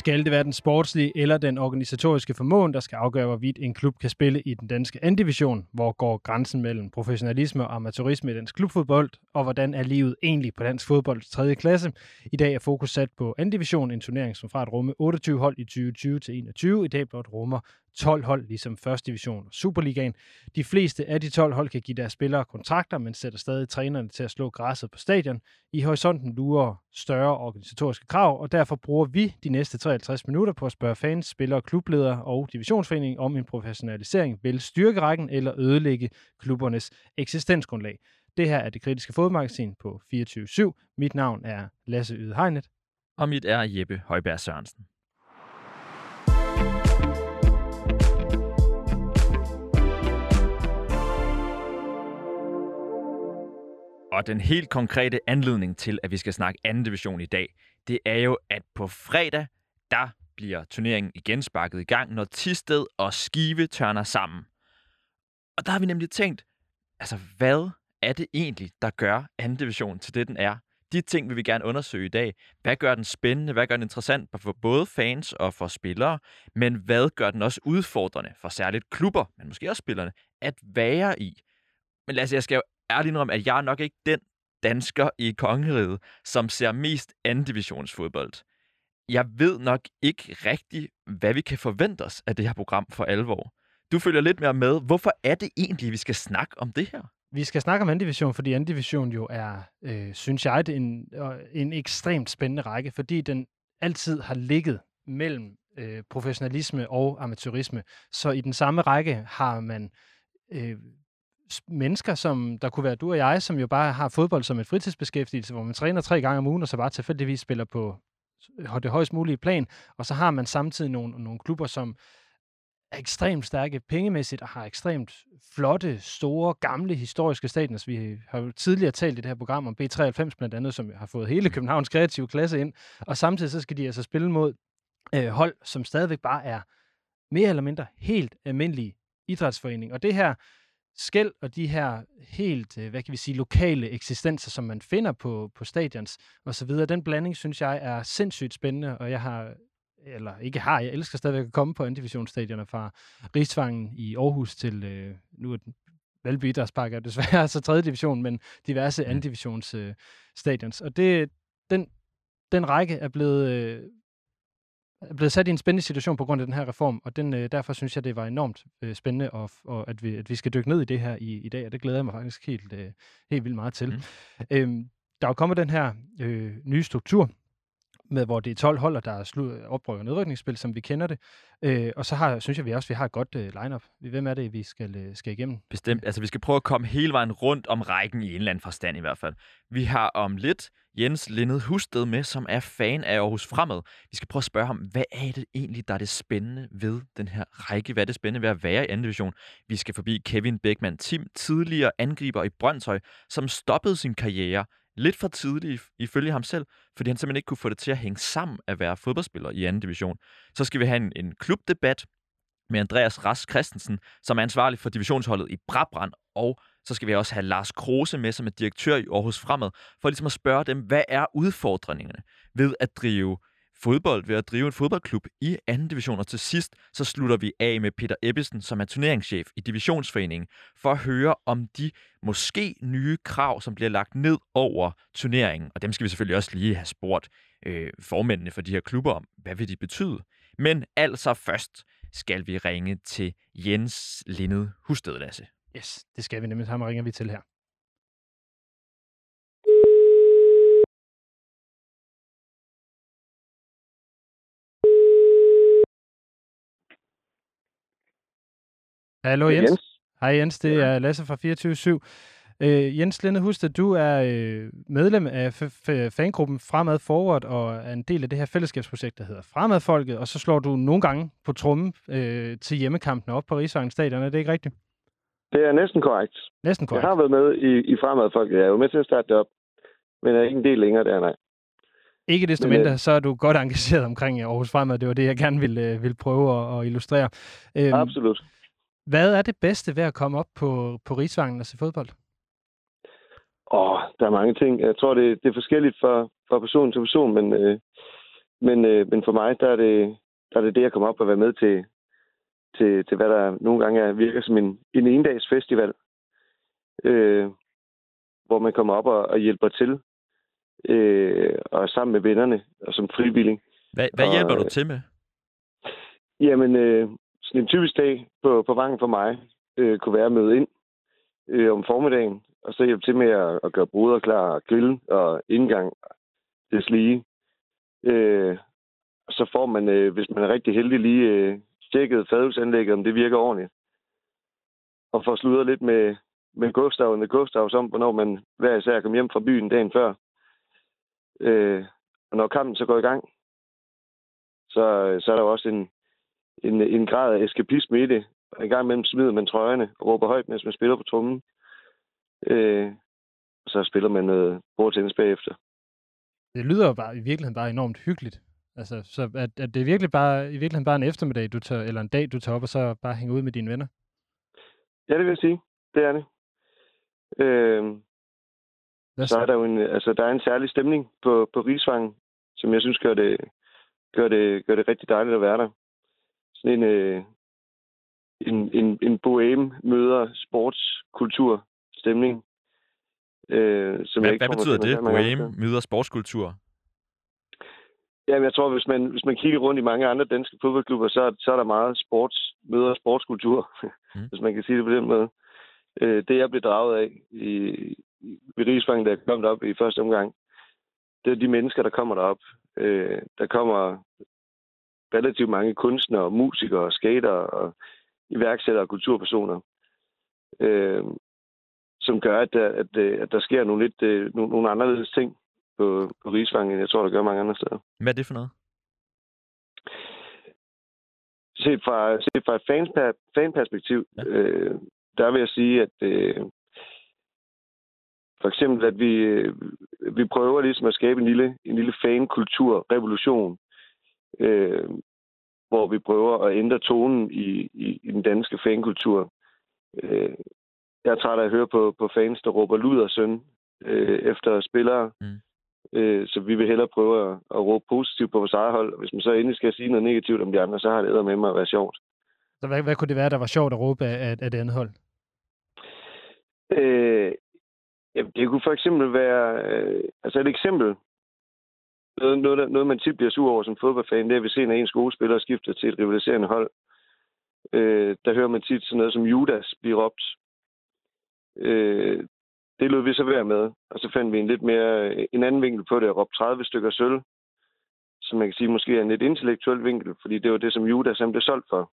Skal det være den sportslige eller den organisatoriske formåen, der skal afgøre, hvorvidt en klub kan spille i den danske anden-division? Hvor går grænsen mellem professionalisme og amatørisme i dansk klubfodbold? Og hvordan er livet egentlig på dansk fodbolds 3. klasse? I dag er fokus sat på anden-division, en turnering, som fra at rumme 28 hold i 2020 til 21. I dag blot rummer 12 hold, ligesom 1. division og Superligaen. De fleste af de 12 hold kan give deres spillere kontrakter, men sætter stadig trænerne til at slå græsset på stadion. I horisonten lurer større organisatoriske krav, og derfor bruger vi de næste 53 minutter på at spørge fans, spillere, klubledere og divisionsforeningen om en professionalisering vil styrke rækken eller ødelægge klubbernes eksistensgrundlag. Det her er Det Kritiske Fodboldmagasin på 24/7. Mit navn er Lasse Yde Hegnet. Og mit er Jeppe Højbjerg Sørensen. Og den helt konkrete anledning til, at vi skal snakke anden division i dag, det er jo, at på fredag, der bliver turneringen igen sparket i gang, når Thisted og Skive tørner sammen. Og der har vi nemlig tænkt, altså hvad er det egentlig, der gør anden division til det, den er? De ting vil vi gerne undersøge i dag. Hvad gør den spændende? Hvad gør den interessant for både fans og for spillere? Men hvad gør den også udfordrende for særligt klubber, men måske også spillerne, at være i? Men Lasse, jeg skal jo ærligt indrømme, at jeg er nok ikke den dansker i kongeriget, som ser mest anden divisionsfodbold. Jeg ved nok ikke rigtigt, hvad vi kan forvente os af det her program for alvor. Du følger lidt mere med. Hvorfor er det egentlig, vi skal snakke om det her? Vi skal snakke om anden division, fordi anden division jo er, synes jeg, en ekstremt spændende række, fordi den altid har ligget mellem professionalisme og amatørisme. Så i den samme række har man mennesker, som der kunne være du og jeg, som jo bare har fodbold som et fritidsbeskæftigelse, hvor man træner 3 gange om ugen, og så bare tilfældigvis spiller på det højst mulige plan. Og så har man samtidig nogle klubber, som er ekstremt stærke pengemæssigt og har ekstremt flotte, store, gamle historiske stadioner. Vi har jo tidligere talt i det her program om B93 blandt andet, som har fået hele Københavns kreative klasse ind, og samtidig så skal de altså spille mod hold, som stadigvæk bare er mere eller mindre helt almindelige idrætsforening. Og det her skel og de her helt, lokale eksistenser, som man finder på stadions og så videre, den blanding, synes jeg, er sindssygt spændende, og jeg elsker stadigvæk at komme på anden-divisionsstadioner fra Rigsvangen i Aarhus til, nu er Valby Idrætspark er desværre så 3. division, men diverse anden-divisionsstadions. Og den række er blevet sat i en spændende situation på grund af den her reform, og derfor synes jeg, det var enormt spændende, og at vi skal dykke ned i det her i dag, og det glæder jeg mig faktisk helt vildt meget til. Der er jo kommet den her nye struktur, hvor det er 12 hold, og der er opryk- og nedrykningsspil, som vi kender det. Og så synes jeg, vi har et godt line-up. Hvem er det, vi skal igennem? Bestemt. Altså, vi skal prøve at komme hele vejen rundt om rækken i en eller anden forstand i hvert fald. Vi har om lidt Jens Lindet Husted med, som er fan af Aarhus Fremad. Vi skal prøve at spørge ham, hvad er det egentlig, der er det spændende ved den her række? Hvad er det spændende ved at være i anden division? Vi skal forbi Kevin Beckmann Tim, tidligere angriber i Brøndshøj, som stoppede sin karriere lidt for tidligt, ifølge ham selv, fordi han simpelthen ikke kunne få det til at hænge sammen at være fodboldspiller i anden division. Så skal vi have en klubdebat med Andreas Rask Christensen, som er ansvarlig for divisionsholdet i Brabrand, og så skal vi også have Lars Kruse med, som er direktør i Aarhus Fremad, for ligesom at spørge dem, hvad er udfordringerne ved at drive fodbold, ved at drive en fodboldklub i anden division. Og til sidst, så slutter vi af med Peter Ebbesen, som er turneringschef i divisionsforeningen, for at høre om de måske nye krav, som bliver lagt ned over turneringen. Og dem skal vi selvfølgelig også lige have spurgt formændene for de her klubber om, hvad vil de betyde. Men altså først skal vi ringe til Jens Lindet Husted, Lasse. Yes, det skal vi nemlig. Ham ringer vi til her. Hallo Jens. Hej Jens, det er Lasse fra 24/7. Jens Lindet Husted, du er medlem af fangruppen Fremad Forward og er en del af det her fællesskabsprojekt, der hedder Fremadfolket, og så slår du nogle gange på trommen til hjemmekampene op på Rigsvangen Stadion. Er det ikke rigtigt? Det er næsten korrekt. Næsten korrekt. Jeg har været med i Fremadfolket. Jeg er jo med til at starte det op, men jeg er ikke en del længere der, nej. Ikke desto mindre, så er du godt engageret omkring Aarhus Fremad. Det var det, jeg gerne ville prøve at illustrere. Absolut. Hvad er det bedste ved at komme op på Rigsvangen og se fodbold? Der er mange ting. Jeg tror, det er forskelligt fra person til person, men Men for mig, der er det, jeg kommer op og være med til hvad der nogle gange virker som en endags festival, hvor man kommer op og hjælper til, og er sammen med vennerne, og som frivillig. Hvad hjælper du til med? Jamen, sådan en typisk dag på Vangen for mig, kunne være at møde ind om formiddagen, og så hjælpe til med at gøre bruder klar, grille og indgang til slige. Så får man, hvis man er rigtig heldig, lige tjekket fadølsanlægget, om det virker ordentligt. Og får sludret lidt med Gustavs om, hvornår man hver især kommer hjem fra byen dagen før. Og når kampen så går i gang, så er der også en grad af eskapisme i det. Og en gang imellem smider man trøjerne og råber højt, mens man spiller på trommen. Og så spiller man noget bordtennis bagefter. Det lyder jo bare, i virkeligheden bare enormt hyggeligt. Altså, så at det er virkelig bare en eftermiddag, eller en dag, du tager op og så bare hænger ud med dine venner? Ja, det vil jeg sige. Det er det. Så er der jo der er en særlig stemning på Rigsvangen, som jeg synes gør det rigtig dejligt at være der. Sådan en bohème møder sportskultur stemning. Hvad betyder det, bohème møder sportskultur? Jamen, jeg tror, hvis man kigger rundt i mange andre danske fodboldklubber, så er der meget møder sportskultur, hvis man kan sige det på den måde. Det, jeg blev draget af ved Rigsvangen, da jeg kom derop i første omgang, det er de mennesker, der kommer derop. Der kommer relativt mange kunstnere, musikere, skatere og iværksættere og kulturpersoner, som gør, at der sker nogle anderledes ting på Rigsvangen, end jeg tror, der gør mange andre steder. Hvad er det for noget? Set fra et fanperspektiv, ja. Der vil jeg sige, at for eksempel, at vi prøver ligesom at skabe en lille fankultur-revolution, hvor vi prøver at ændre tonen i den danske fankultur. Jeg er træt af at høre på fans, der råber ludersøn efter spillere. Så vi vil hellere prøve at råbe positivt på vores eget hold. Hvis man så endelig skal sige noget negativt om de andre, så har det eddermame med at være sjovt. Så hvad kunne det være, der var sjovt at råbe af det andet hold? Det kunne for eksempel være... et eksempel. Noget, man tit bliver sur over som fodboldfan, det er, hvis en af ens skolespillere skifter til et rivaliserende hold. Der hører man tit sådan noget som Judas blive råbt. Det lod vi så være med, og så fandt vi en anden vinkel på det, at råbe 30 stykker sølv, som man kan sige måske er en lidt intellektuel vinkel, fordi det var det, som Judas blev solgt for.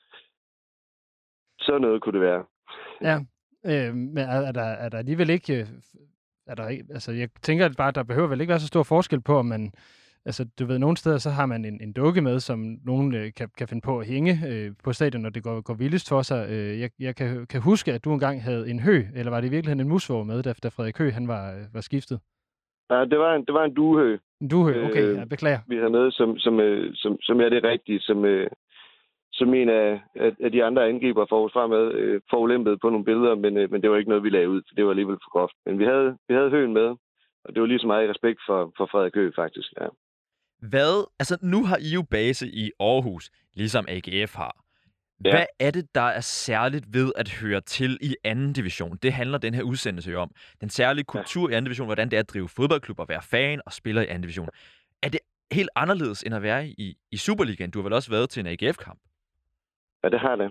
Så noget kunne det være. Ja, men er der alligevel ikke... jeg tænker bare, at der behøver vel ikke være så stor forskel på, om man... Altså, du ved, nogle steder, så har man en dukke med, som nogen kan finde på at hænge på stadion, når det går vildest for sig. Jeg kan huske, at du engang havde en hø, eller var det i virkeligheden en musvåge med, da Frederik Høgh, han var skiftet? Ja, det var en duehø. En duehø, okay, jeg beklager. Vi havde noget, som er det rigtige, som en af de andre angriber for os fremad forulæmpede på nogle billeder, men det var ikke noget, vi lagde ud, for det var alligevel for groft. Men vi havde høen med, og det var lige så meget i respekt for Frederik Høgh, faktisk, ja. Nu har I jo base i Aarhus, ligesom AGF har. Ja. Hvad er det, der er særligt ved at høre til i anden division? Det handler den her udsendelse jo om. Den særlige kultur i anden division, hvordan det er at drive fodboldklub og være fan og spiller i anden division. Er det helt anderledes end at være i Superligaen? Du har vel også været til en AGF-kamp? Ja, det har det.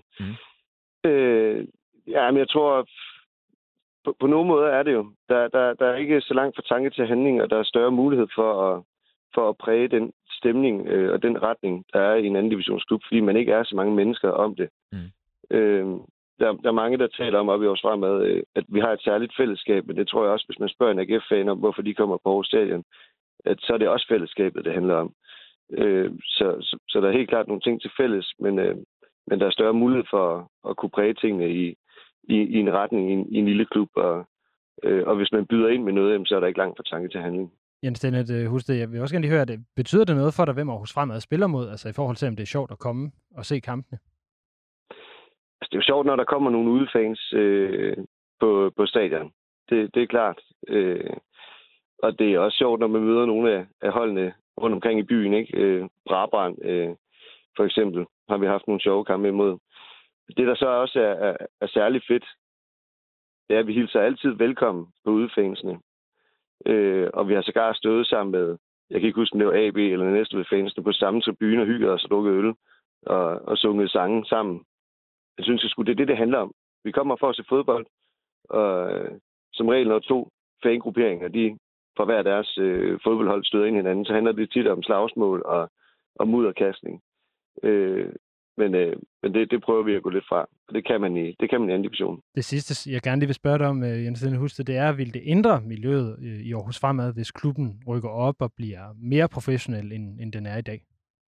Men jeg tror, på nogle måder er det jo. Der er ikke så langt fra tanke til handling, og der er større mulighed for at præge den stemning og den retning, der er i en anden divisionsklub, fordi man ikke er så mange mennesker om det. Der er mange, der taler om oppe i Aarhus Fremad, at vi har et særligt fællesskab, men det tror jeg også, hvis man spørger en AGF-fan om, hvorfor de kommer på Aarhus Stadion, at så er det også fællesskabet, det handler om. Så der er helt klart nogle ting til fælles, men der er større mulighed for at kunne præge tingene i en retning, i en lille klub, og hvis man byder ind med noget, så er der ikke langt fra tanke til handling. Jens Dennett Husted, jeg vil også gerne lige høre, betyder det noget for dig, hvem Aarhus Fremad spiller mod, altså i forhold til, om det er sjovt at komme og se kampene? Altså, det er jo sjovt, når der kommer nogle udefans på stadion. Det er klart. Og det er også sjovt, når man møder nogle af holdene rundt omkring i byen, ikke? Brabrand, for eksempel, har vi haft nogle sjove kampe imod. Det, der så også er særlig fedt, det er, at vi hilser altid velkommen på udefængsene. Og vi har sågar stået sammen med, jeg kan ikke huske, om det var AB eller Næstved-fansene, på samme tribune og hygget os og drukket øl og sunget sange sammen. Jeg synes sgu, det er det handler om. Vi kommer for at se fodbold, og som regel, når 2 fangrupperinger, de fra hver deres fodboldhold støder ind i hinanden, så handler det tit om slagsmål og mudderkastning. Men det prøver vi at gå lidt fra. Det kan man i anden division. Det sidste, jeg gerne lige vil spørge dig om, Jens Linde Husted, det er, vil det ændre miljøet i Aarhus Fremad, hvis klubben rykker op og bliver mere professionel, end den er i dag?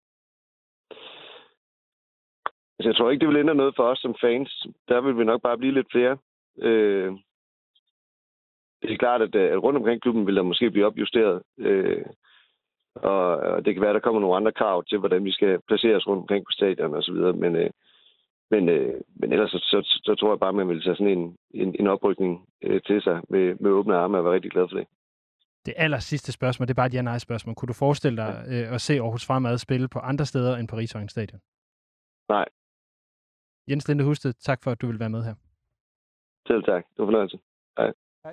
Altså, jeg tror ikke, det vil ændre noget for os som fans. Der vil vi nok bare blive lidt flere. Det er klart, at rundt omkring klubben vil der måske blive opjusteret. Og det kan være, at der kommer nogle andre krav til, hvordan vi skal placeres rundt omkring på stadion og så videre. Men ellers så tror jeg bare, at man vil tage sådan en oprykning til sig med åbne arme og være rigtig glad for det. Det aller sidste spørgsmål, det er bare et ja-nej-spørgsmål. Kunne du forestille dig at se Aarhus Fremad spille på andre steder end på Rigshojen Stadion? Nej. Jens Linde Husted, tak for, at du vil være med her. Selv tak. Det var fornøjelse. Hej. Hej.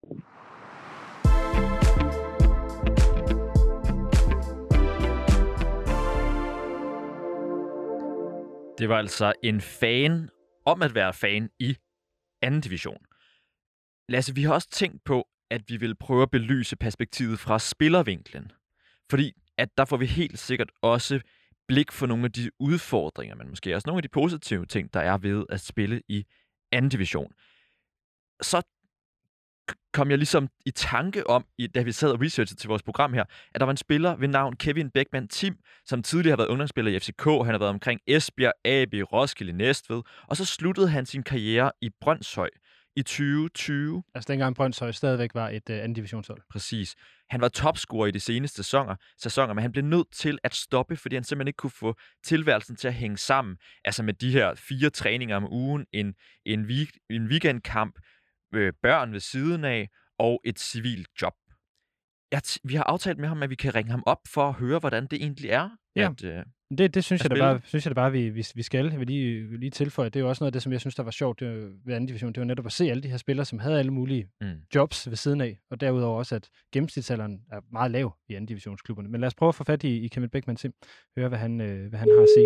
Det var altså en fan om at være fan i anden division. Lasse, vi har også tænkt på, at vi vil prøve at belyse perspektivet fra spillervinklen. Fordi at der får vi helt sikkert også blik for nogle af de udfordringer, men måske også nogle af de positive ting, der er ved at spille i anden division. Så kom jeg ligesom i tanke om, da vi sad og researchede til vores program her, at der var en spiller ved navn Kevin Beckmann Tim, som tidligere har været ungdomsspiller i FCK. Han har været omkring Esbjerg, AB, Roskilde, Næstved, og så sluttede han sin karriere i Brønshøj i 2020. Altså dengang Brønshøj stadigvæk var et anden divisionshold. Præcis. Han var topscorer i de seneste sæsoner, men han blev nødt til at stoppe, fordi han simpelthen ikke kunne få tilværelsen til at hænge sammen. Altså med de her 4 træninger om ugen, en weekendkamp, børn ved siden af og et civilt job. Vi har aftalt med ham, at vi kan ringe ham op for at høre, hvordan det egentlig er. Ja, det synes jeg da bare, vi skal. Jeg vil lige tilføje. Det er jo også noget af det, som jeg synes, der var sjovt ved anden division. Det var netop at se alle de her spillere, som havde alle mulige jobs ved siden af. Og derudover også, at gennemsnitsalderen er meget lav i anden divisionsklubberne. Men lad os prøve at få fat i Kevin Beckmann Tim. Høre, hvad han har at sige.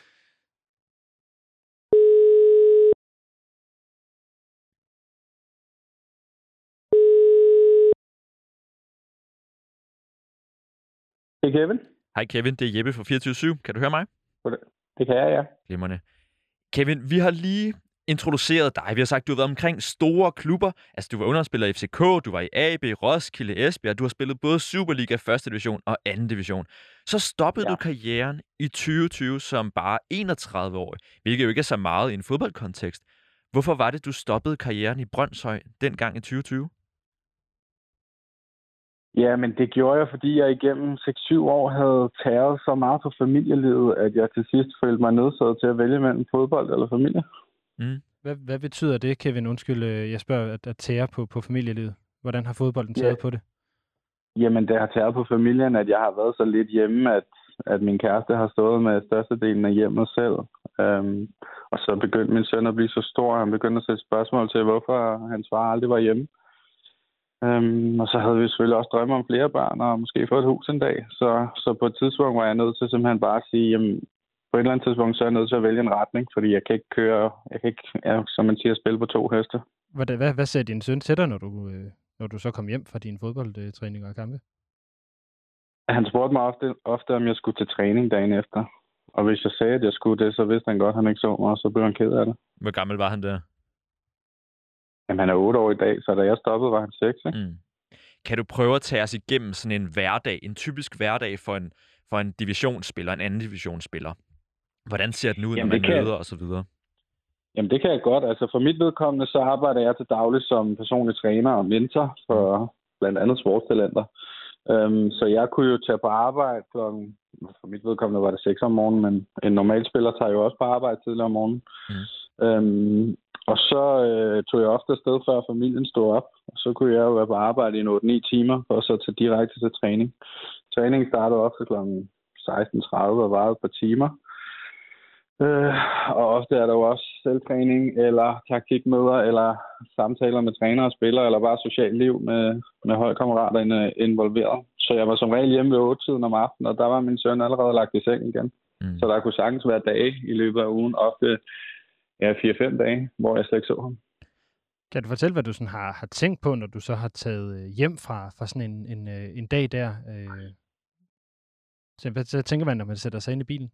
Det er Kevin. Hej Kevin, det er Jeppe fra 24/7. Kan du høre mig? Det kan jeg, ja. Glimrende. Kevin, vi har lige introduceret dig. Vi har sagt, at du har været omkring store klubber. Altså, du var ungdomsspiller i FCK, du var i AB, Roskilde, Esbjerg. Du har spillet både Superliga, 1. division og 2. division. Så stoppede du karrieren i 2020 som bare 31-årig, hvilket jo ikke er så meget i en fodboldkontekst. Hvorfor var det, du stoppede karrieren i Brønshøj dengang i 2020? Ja, men det gjorde jeg, fordi jeg igennem 6-7 år havde tæret så meget på familielivet, at jeg til sidst følte mig nødsaget til at vælge mellem fodbold eller familie. Mm. Hvad betyder det, Kevin? Undskyld, jeg spørger, at tære på familielivet. Hvordan har fodbolden taget på det? Jamen, det har tæret på familien, at jeg har været så lidt hjemme, at min kæreste har stået med størstedelen af hjemmet selv. Og så begyndte min søn at blive så stor, og han begyndte at sætte spørgsmål til, hvorfor hans far aldrig var hjemme. Og så havde vi selvfølgelig også drømme om flere børn, og måske få et hus en dag. Så på et tidspunkt var jeg nødt til simpelthen bare at sige, jamen, på et eller andet tidspunkt, så er jeg nødt til at vælge en retning, fordi jeg kan ikke, som man siger, spille på 2 heste. Hvad sagde din søn til dig, når du så kom hjem fra dine fodboldtræninger og kampe? Han spurgte mig ofte, om jeg skulle til træning dagen efter. Og hvis jeg sagde, at jeg skulle det, så vidste han godt, at han ikke så mig, og så blev han ked af det. Hvor gammel var han der? Jamen, han er 8 år i dag, så da jeg stoppede, var han 6. Ikke? Mm. Kan du prøve at tage os igennem sådan en hverdag, en typisk hverdag for en divisionsspiller, en anden divisionsspiller? Hvordan ser den ud, når man møder og så videre? Jamen, det kan jeg godt. Altså, for mit vedkommende, så arbejder jeg til daglig som personlig træner og mentor for blandt andet sportstalenter. Så jeg kunne jo tage på arbejde klokken, for mit vedkommende var det 6 om morgenen, men en normal spiller tager jo også på arbejde tidligere om morgenen. Og så tog jeg ofte afsted, før familien stod op. Og så kunne jeg jo være på arbejde i 8-9 timer, og så tage direkte til træning. Træningen startede ofte kl. 16.30 og varede et par timer. Og ofte er der jo også selvtræning, eller taktikmøder, eller samtaler med trænere og spillere, eller bare socialt liv med holdkammerater involveret. Så jeg var som regel hjemme ved 8-tiden om aftenen, og der var min søn allerede lagt i seng igen. Så der kunne sagtens være dage i løbet af ugen, ofte 4-5 dage, hvor jeg slet ikke så ham. Kan du fortælle, hvad du sådan har tænkt på, når du så har taget hjem fra sådan en dag der? Hvad tænker man, når man sætter sig ind i bilen?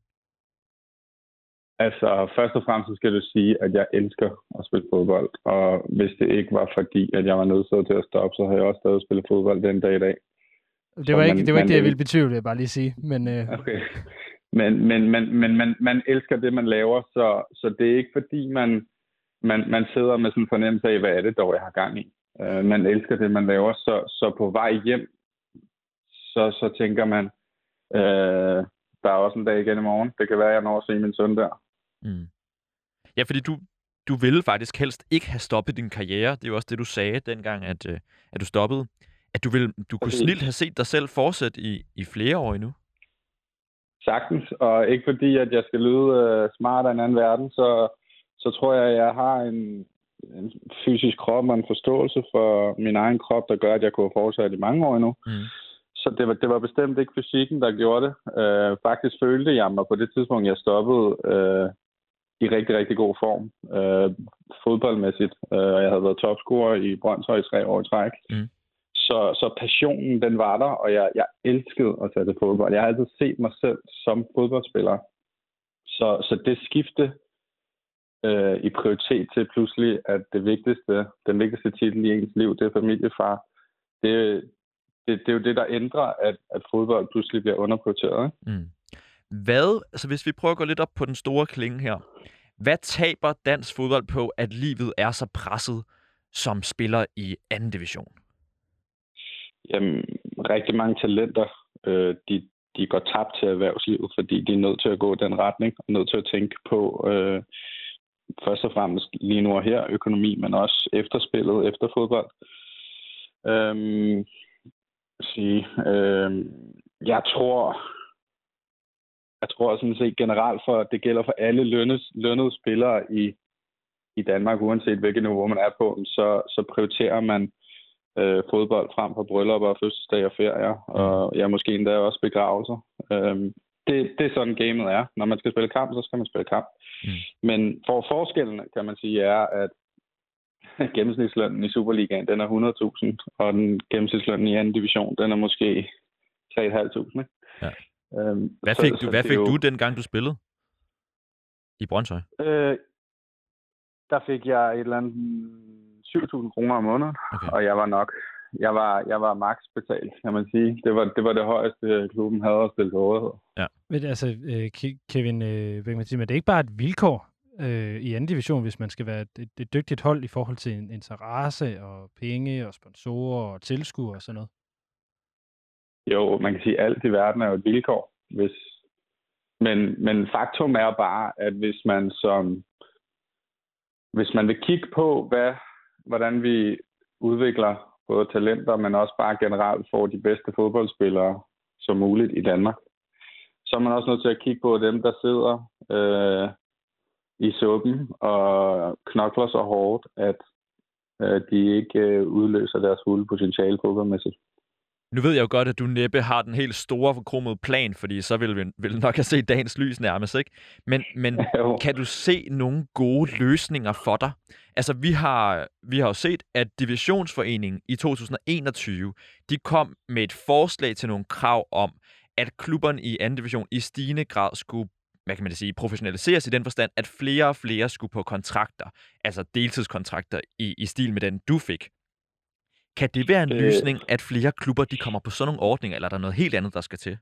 Altså, først og fremmest skal du sige, at jeg elsker at spille fodbold. Og hvis det ikke var fordi, at jeg var nødsaget til at stoppe, så havde jeg også stadig spillet fodbold den dag i dag. Det var ikke det, jeg ville betvivle, vil jeg bare lige sige. Men, Okay. Men man elsker det, man laver, så det er ikke fordi, man sidder med sådan en fornemmelse af, hvad er det dog, jeg har gang i. Man elsker det, man laver, så på vej hjem, så tænker man, der er også en dag igen i morgen. Det kan være, at jeg når at se min søn der. Mm. Ja, fordi du ville faktisk helst ikke have stoppet din karriere. Det er jo også det, du sagde dengang, at du stoppede. At du kunne snilt have set dig selv fortsætte i flere år endnu. Sagtens, og ikke fordi, at jeg skal lyde smartere end anden verden, så tror jeg, at jeg har en fysisk krop og en forståelse for min egen krop, der gør, at jeg kunne have fortsat i mange år endnu. Mm. Så det var bestemt ikke fysikken, der gjorde det. Faktisk følte jeg mig på det tidspunkt, jeg stoppede i rigtig, rigtig god form. Fodboldmæssigt. Jeg havde været topscorer i Brøndshøj i 3 år i træk. Mm. Så passionen, den var der, og jeg elskede at tage til fodbold. Jeg har altid set mig selv som fodboldspiller. Så det skifte i prioritet til pludselig, at den vigtigste titel i ens liv, det er familiefar. Det er jo det, der ændrer, at fodbold pludselig bliver underprioriteret. Ikke? Mm. Altså hvis vi prøver at gå lidt op på den store klinge her. Hvad taber dansk fodbold på, at livet er så presset som spiller i anden division? Jamen, rigtig mange talenter, de går tabt til erhvervslivet, fordi de er nødt til at gå den retning, og nødt til at tænke på først og fremmest lige nu og her økonomi, men også efterspillet, efter fodbold. Jeg tror sådan set generelt, for det gælder for alle lønnede spillere i Danmark, uanset hvilket niveau man er på, så prioriterer man fodbold frem for bryllupper og fødselsdage og ferier, og ja, måske endda også begravelser. Det er sådan gamet er. Når man skal spille kamp, så skal man spille kamp. Men forskellen, kan man sige, er, at gennemsnitslønnen i Superligaen, den er 100.000, og den gennemsnitslønnen i anden division, den er måske 3.500. Ja. Hvad fik du dengang, du spillede i Brøndshøj? Der fik jeg et eller andet 7.000 kroner om måneden, okay. Og jeg var max betalt, kan man sige. Det var det højeste, klubben havde at spille til rådighed. Ja. Men altså, Kevin, men det er ikke bare et vilkår i anden division, hvis man skal være et dygtigt hold i forhold til en interesse og penge og sponsorer og tilskuere og sådan noget? Jo, man kan sige, at alt i verden er jo et vilkår. Men faktum er bare, at hvis man vil kigge på, hvordan vi udvikler både talenter, men også bare generelt får de bedste fodboldspillere som muligt i Danmark, så er man også nødt til at kigge på dem, der sidder i suppen og knokler så hårdt, at de ikke udløser deres fulde potentiale fodboldmæssigt. Nu ved jeg jo godt, at du næppe har den helt store forkromede plan, fordi så vil vi nok have set dagens lys nærmest, ikke? Men kan du se nogle gode løsninger for dig? Altså, vi har jo set, at Divisionsforeningen i 2021, de kom med et forslag til nogle krav om, at klubberne i anden division i stigende grad skulle, hvad kan man sige, professionaliseres i den forstand, at flere og flere skulle på kontrakter, altså deltidskontrakter i stil med den, du fik. Kan det være en løsning, at flere klubber de kommer på sådan nogle ordninger, eller er der noget helt andet, der skal til?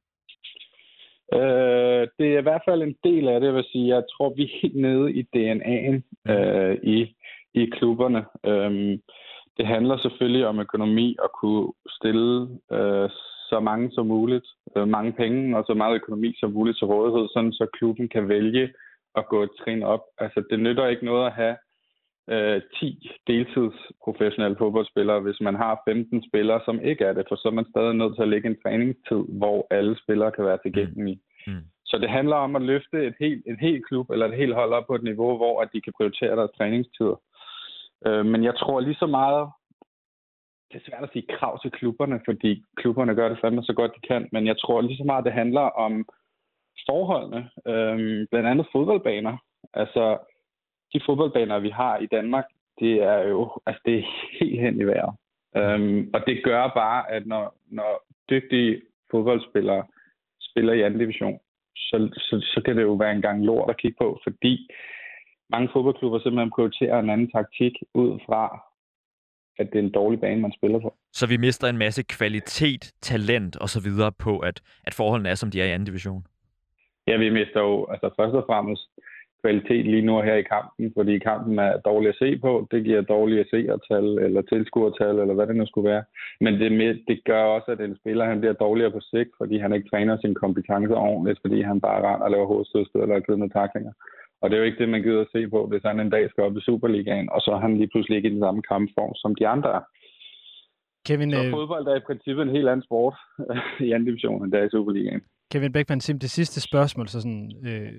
Det er i hvert fald en del af det, jeg vil sige. Jeg tror, vi er helt nede i DNA'en i klubberne. Det handler selvfølgelig om økonomi og kunne stille så mange som muligt, mange penge og så meget økonomi som muligt til rådighed, sådan så klubben kan vælge at gå et trin op. Altså, det nytter ikke noget at have 10 deltidsprofessionelle fodboldspillere, hvis man har 15 spillere, som ikke er det, for så er man stadig nødt til at lægge en træningstid, hvor alle spillere kan være tilgængelige. Så det handler om at løfte et helt klub eller et helt hold op på et niveau, hvor at de kan prioritere deres træningstider. Men jeg tror lige så meget, det er svært at sige krav til klubberne, fordi klubberne gør det fandme så godt de kan, men jeg tror lige så meget, det handler om forholdene, blandt andet fodboldbaner. Altså, de fodboldbaner, vi har i Danmark, det er jo det er helt hen i vejret. Og det gør bare, at når dygtige fodboldspillere spiller i anden division, så kan det jo være en gang lort at kigge på, fordi mange fodboldklubber simpelthen prioriterer en anden taktik ud fra, at det er en dårlig bane, man spiller på. Så vi mister en masse kvalitet, talent og så videre på, at forholdene er, som de er i anden division? Ja, vi mister jo først og fremmest kvalitet lige nu her i kampen, fordi kampen er dårlig at se på. Det giver dårlige seertal eller tilskuertal, eller hvad det nu skulle være. Men det gør også, at en spiller han bliver dårligere på sigt, fordi han ikke træner sine kompetencer ordentligt, fordi han bare render og laver hovedstødstød eller glidende tacklinger. Og det er jo ikke det, man gider at se på, hvis han en dag skal op i Superligaen, og så er han lige pludselig ikke i den samme kampform, som de andre er. Kevin, så fodbold er i princippet en helt anden sport i anden division, end der i Superligaen. Kevin Beckmann-Sim, det sidste spørgsmål, så sådan,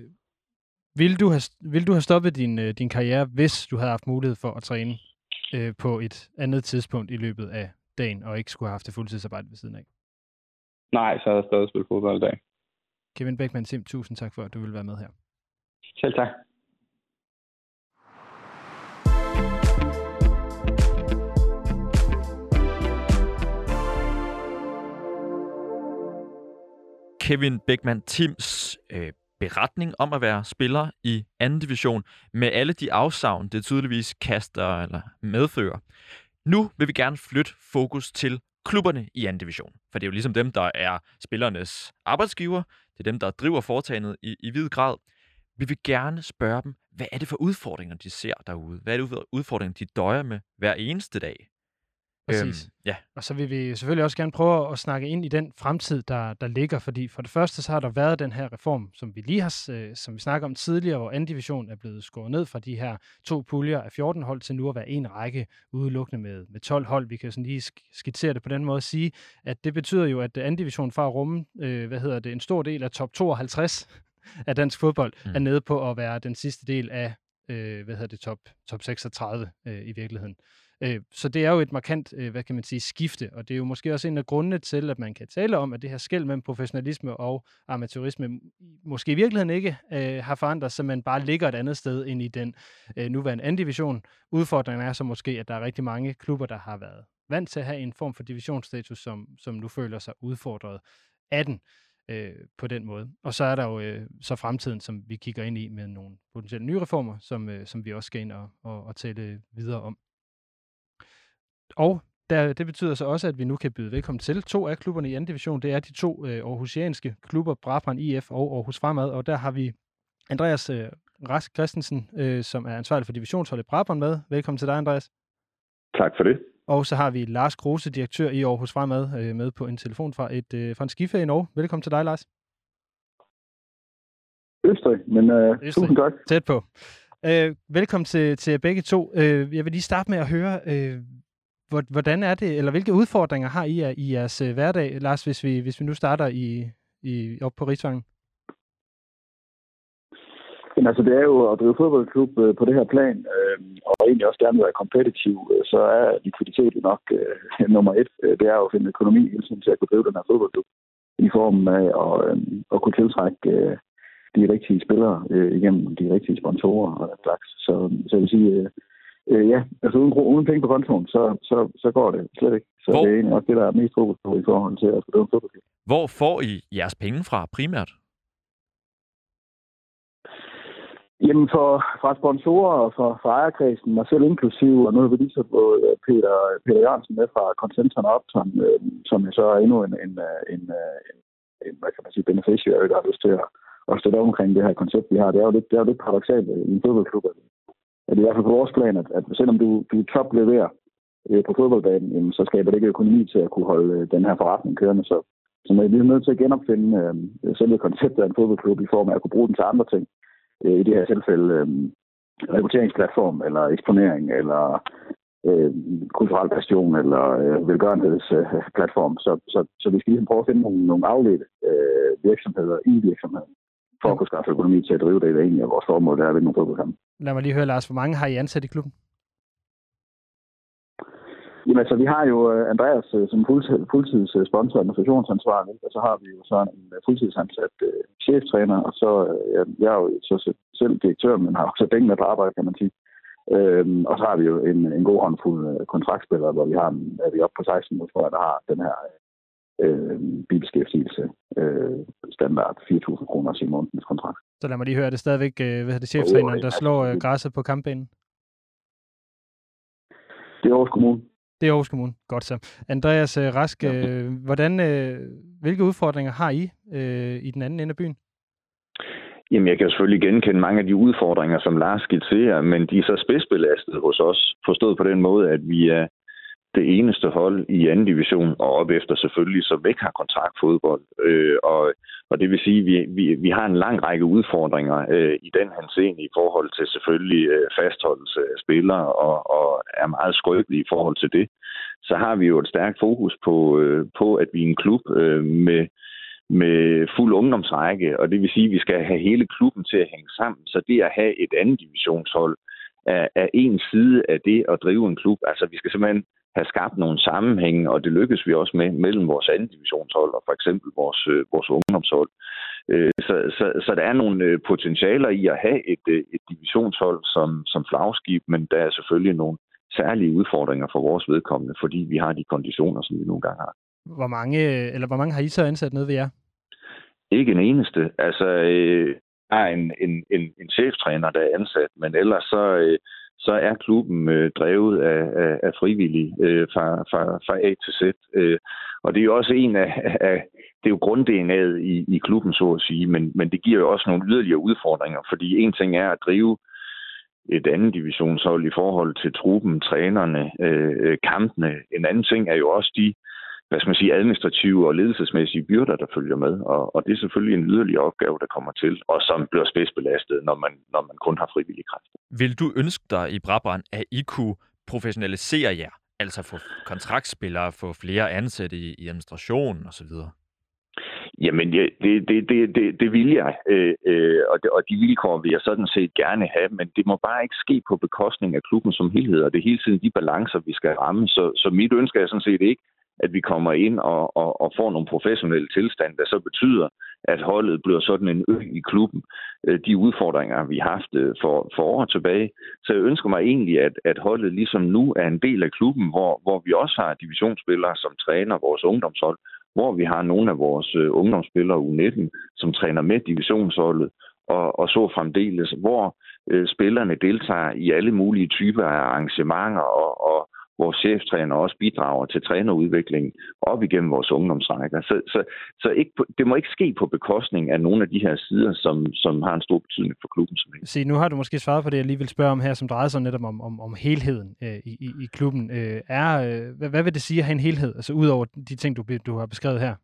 vil du have stoppet din karriere, hvis du havde haft mulighed for at træne på et andet tidspunkt i løbet af dagen, og ikke skulle have haft det fuldtidsarbejde ved siden af? Nej, så havde jeg stadig spillet fodbold i dag. Kevin Beckmann-Sim, tusind tak for, at du ville være med her. Selv tak. Kevin Beckmann-Tims beretning om at være spiller i anden division med alle de afsavn, det tydeligvis kaster eller medfører. Nu vil vi gerne flytte fokus til klubberne i anden division, for det er jo ligesom dem, der er spillernes arbejdsgiver. Det er dem, der driver foretagendet i vid grad. Vi vil gerne spørge dem, hvad er det for udfordringer, de ser derude? Hvad er det for udfordringer, de døjer med hver eneste dag? Præcis. Ja. Og så vil vi selvfølgelig også gerne prøve at snakke ind i den fremtid, der ligger, fordi for det første så har der været den her reform, som vi lige har, som vi snakker om tidligere, hvor anden division er blevet skåret ned fra de her 2 puljer af 14 hold til nu at være en række udelukkende med 12 hold. Vi kan sådan lige skitsere det på den måde at sige, at det betyder jo, at anden division fra at rumme, en stor del af top 52 af dansk fodbold er nede på at være den sidste del af top 36 i virkeligheden. Så det er jo et markant, skifte, og det er jo måske også en af grundene til, at man kan tale om, at det her skel mellem professionalisme og amatørisme måske i virkeligheden ikke har forandret sig, men bare ligger et andet sted end i den nuværende anden division. Udfordringen er så måske, at der er rigtig mange klubber, der har været vant til at have en form for divisionsstatus, som nu føler sig udfordret af den på den måde. Og så er der jo så fremtiden, som vi kigger ind i med nogle potentielle nye reformer, som vi også skal ind og tale videre om. Og det betyder så også, at vi nu kan byde velkommen til 2 af klubberne i anden division. Det er de 2 aarhusianske klubber, Brabrand IF og Aarhus Fremad. Og der har vi Andreas Rask Christensen, som er ansvarlig for divisionsholdet Brabrand med. Velkommen til dig, Andreas. Tak for det. Og så har vi Lars Kruse, direktør i Aarhus Fremad, med på en telefon fra en skiferie i Norge. Velkommen til dig, Lars. Østrig, men tusind tak. Tæt på. Velkommen til begge 2. Jeg vil lige starte med at høre, hvordan er det, eller hvilke udfordringer har I i jeres hverdag, Lars, hvis vi nu starter op på Rigsvangen? Jamen, altså, det er jo at drive fodboldklub på det her plan, og egentlig også gerne være kompetitiv, så er likviditet nok nummer 1. Det er jo at finde økonomi til at kunne drive den her fodboldklub i form af at kunne tiltrække de rigtige spillere igennem de rigtige sponsorer og den slags. Så jeg vil sige, uden penge på kontoen, så går det slet ikke. Så det er egentlig også det, der er mest fokus på i forhold til at drive en fodboldklub. Hvor får I jeres penge fra primært? Jamen fra sponsorer og fra ejerkredsen, og selv inklusiv, og nu har vi lige så fået Peter Jørgensen med fra Concentra Opton, som så er endnu en hvad kan man sige, beneficiary, der har lyst til at støtte omkring det her koncept, vi har. Det er jo lidt paradoksalt i en fodboldklub, at det er i hvert fald på vores plan, at selvom du topleverer på fodboldbanen, så skaber det ikke økonomi til at kunne holde den her forretning kørende. Så vi er nødt til at genopfinde selve konceptet af en fodboldklub i form af at kunne bruge den til andre ting. I det her tilfælde rekrutteringsplatform, eller eksponering, eller kulturel bastion, eller velgørenhedsplatform. Så vi skal ligesom prøve at finde nogle afledte virksomheder i virksomheden, for at kunne skaffe økonomi til at drive det. Egentlig af vores formål, der er ved nogle fodboldkampe. Lad mig lige høre, Lars, hvor mange har I ansat i klubben? Jamen, så vi har jo Andreas som fuldtidssponsor og administrationsansvarlig, og så har vi jo så en fuldtidsansat cheftræner, og så jeg er jo så selv direktør, men har også dækkende på arbejde, kan man sige. Og så har vi jo en god håndfuld kontraktspillere, hvor vi er oppe på 16 nu, tror jeg, der har den her bibeskæftigelse standard 4.000 kroner i månedens kontrakt. Så lad mig lige høre, er det stadigvæk cheftræneren, der slår græsset på kampbanen? Det er Aarhus Kommune. Det er Aarhus Kommune. Godt så. Andreas Rask, hvilke udfordringer har I i den anden ende af byen? Jamen, jeg kan selvfølgelig genkende mange af de udfordringer, som Lars skitserer, men de er så spidsbelastet hos os, forstået på den måde, at vi er det eneste hold i anden division, og op efter selvfølgelig, som ikke har kontraktfodbold. Og det vil sige, at vi har en lang række udfordringer i den henseende i forhold til selvfølgelig fastholdelse af spillere, og er meget skrøbelige i forhold til det. Så har vi jo et stærkt fokus på at vi er en klub med fuld ungdomsrække, og det vil sige, at vi skal have hele klubben til at hænge sammen. Så det at have et andet divisionshold er en side af det at drive en klub. Altså vi skal simpelthen have skabt nogle sammenhænge, og det lykkes vi også med mellem vores anden divisionshold og for eksempel vores ungdomshold. Så der er nogle potentialer i at have et divisionshold som flagskib, men der er selvfølgelig nogle særlige udfordringer for vores vedkommende, fordi vi har de konditioner, som vi nogle gange har. Hvor mange har I så ansat nede ved jer? Ikke en eneste. Altså, der er en cheftræner, der er ansat, men ellers så er klubben drevet af frivillige fra A til Z. Og det er jo også en af det er jo grund-DNA'et i klubben, så at sige, men det giver jo også nogle yderligere udfordringer, fordi en ting er at drive et andet divisionshold i forhold til truppen, trænerne, kampene. En anden ting er jo også de administrative og ledelsesmæssige byrder, der følger med. Og det er selvfølgelig en yderligere opgave, der kommer til, og som bliver spidsbelastet, når man kun har frivillige kræfter. Vil du ønske dig i Brabrand, at I kunne professionalisere jer? Altså få kontraktspillere, få flere ansatte i administrationen osv.? Jamen, det vil jeg, og de vilkår vil jeg sådan set gerne have, men det må bare ikke ske på bekostning af klubben som helhed, og det er hele tiden de balancer, vi skal ramme. Så mit ønske er sådan set ikke, at vi kommer ind og får nogle professionelle tilstande, der så betyder, at holdet bliver sådan en ø i klubben. De udfordringer, vi har haft for år tilbage. Så jeg ønsker mig egentlig, at holdet ligesom nu er en del af klubben, hvor vi også har divisionsspillere, som træner vores ungdomshold, hvor vi har nogle af vores ungdomsspillere U19, som træner med divisionsholdet, og så fremdeles, hvor spillerne deltager i alle mulige typer af arrangementer, og vores cheftræner også bidrager til trænerudviklingen op igennem vores ungdomsrækker. Så det må ikke ske på bekostning af nogle af de her sider, som har en stor betydning for klubben. Se, nu har du måske svaret på det, jeg lige vil spørge om her, som drejer sig netop om helheden i klubben. Hvad vil det sige at have en helhed, altså ud over de ting, du har beskrevet her?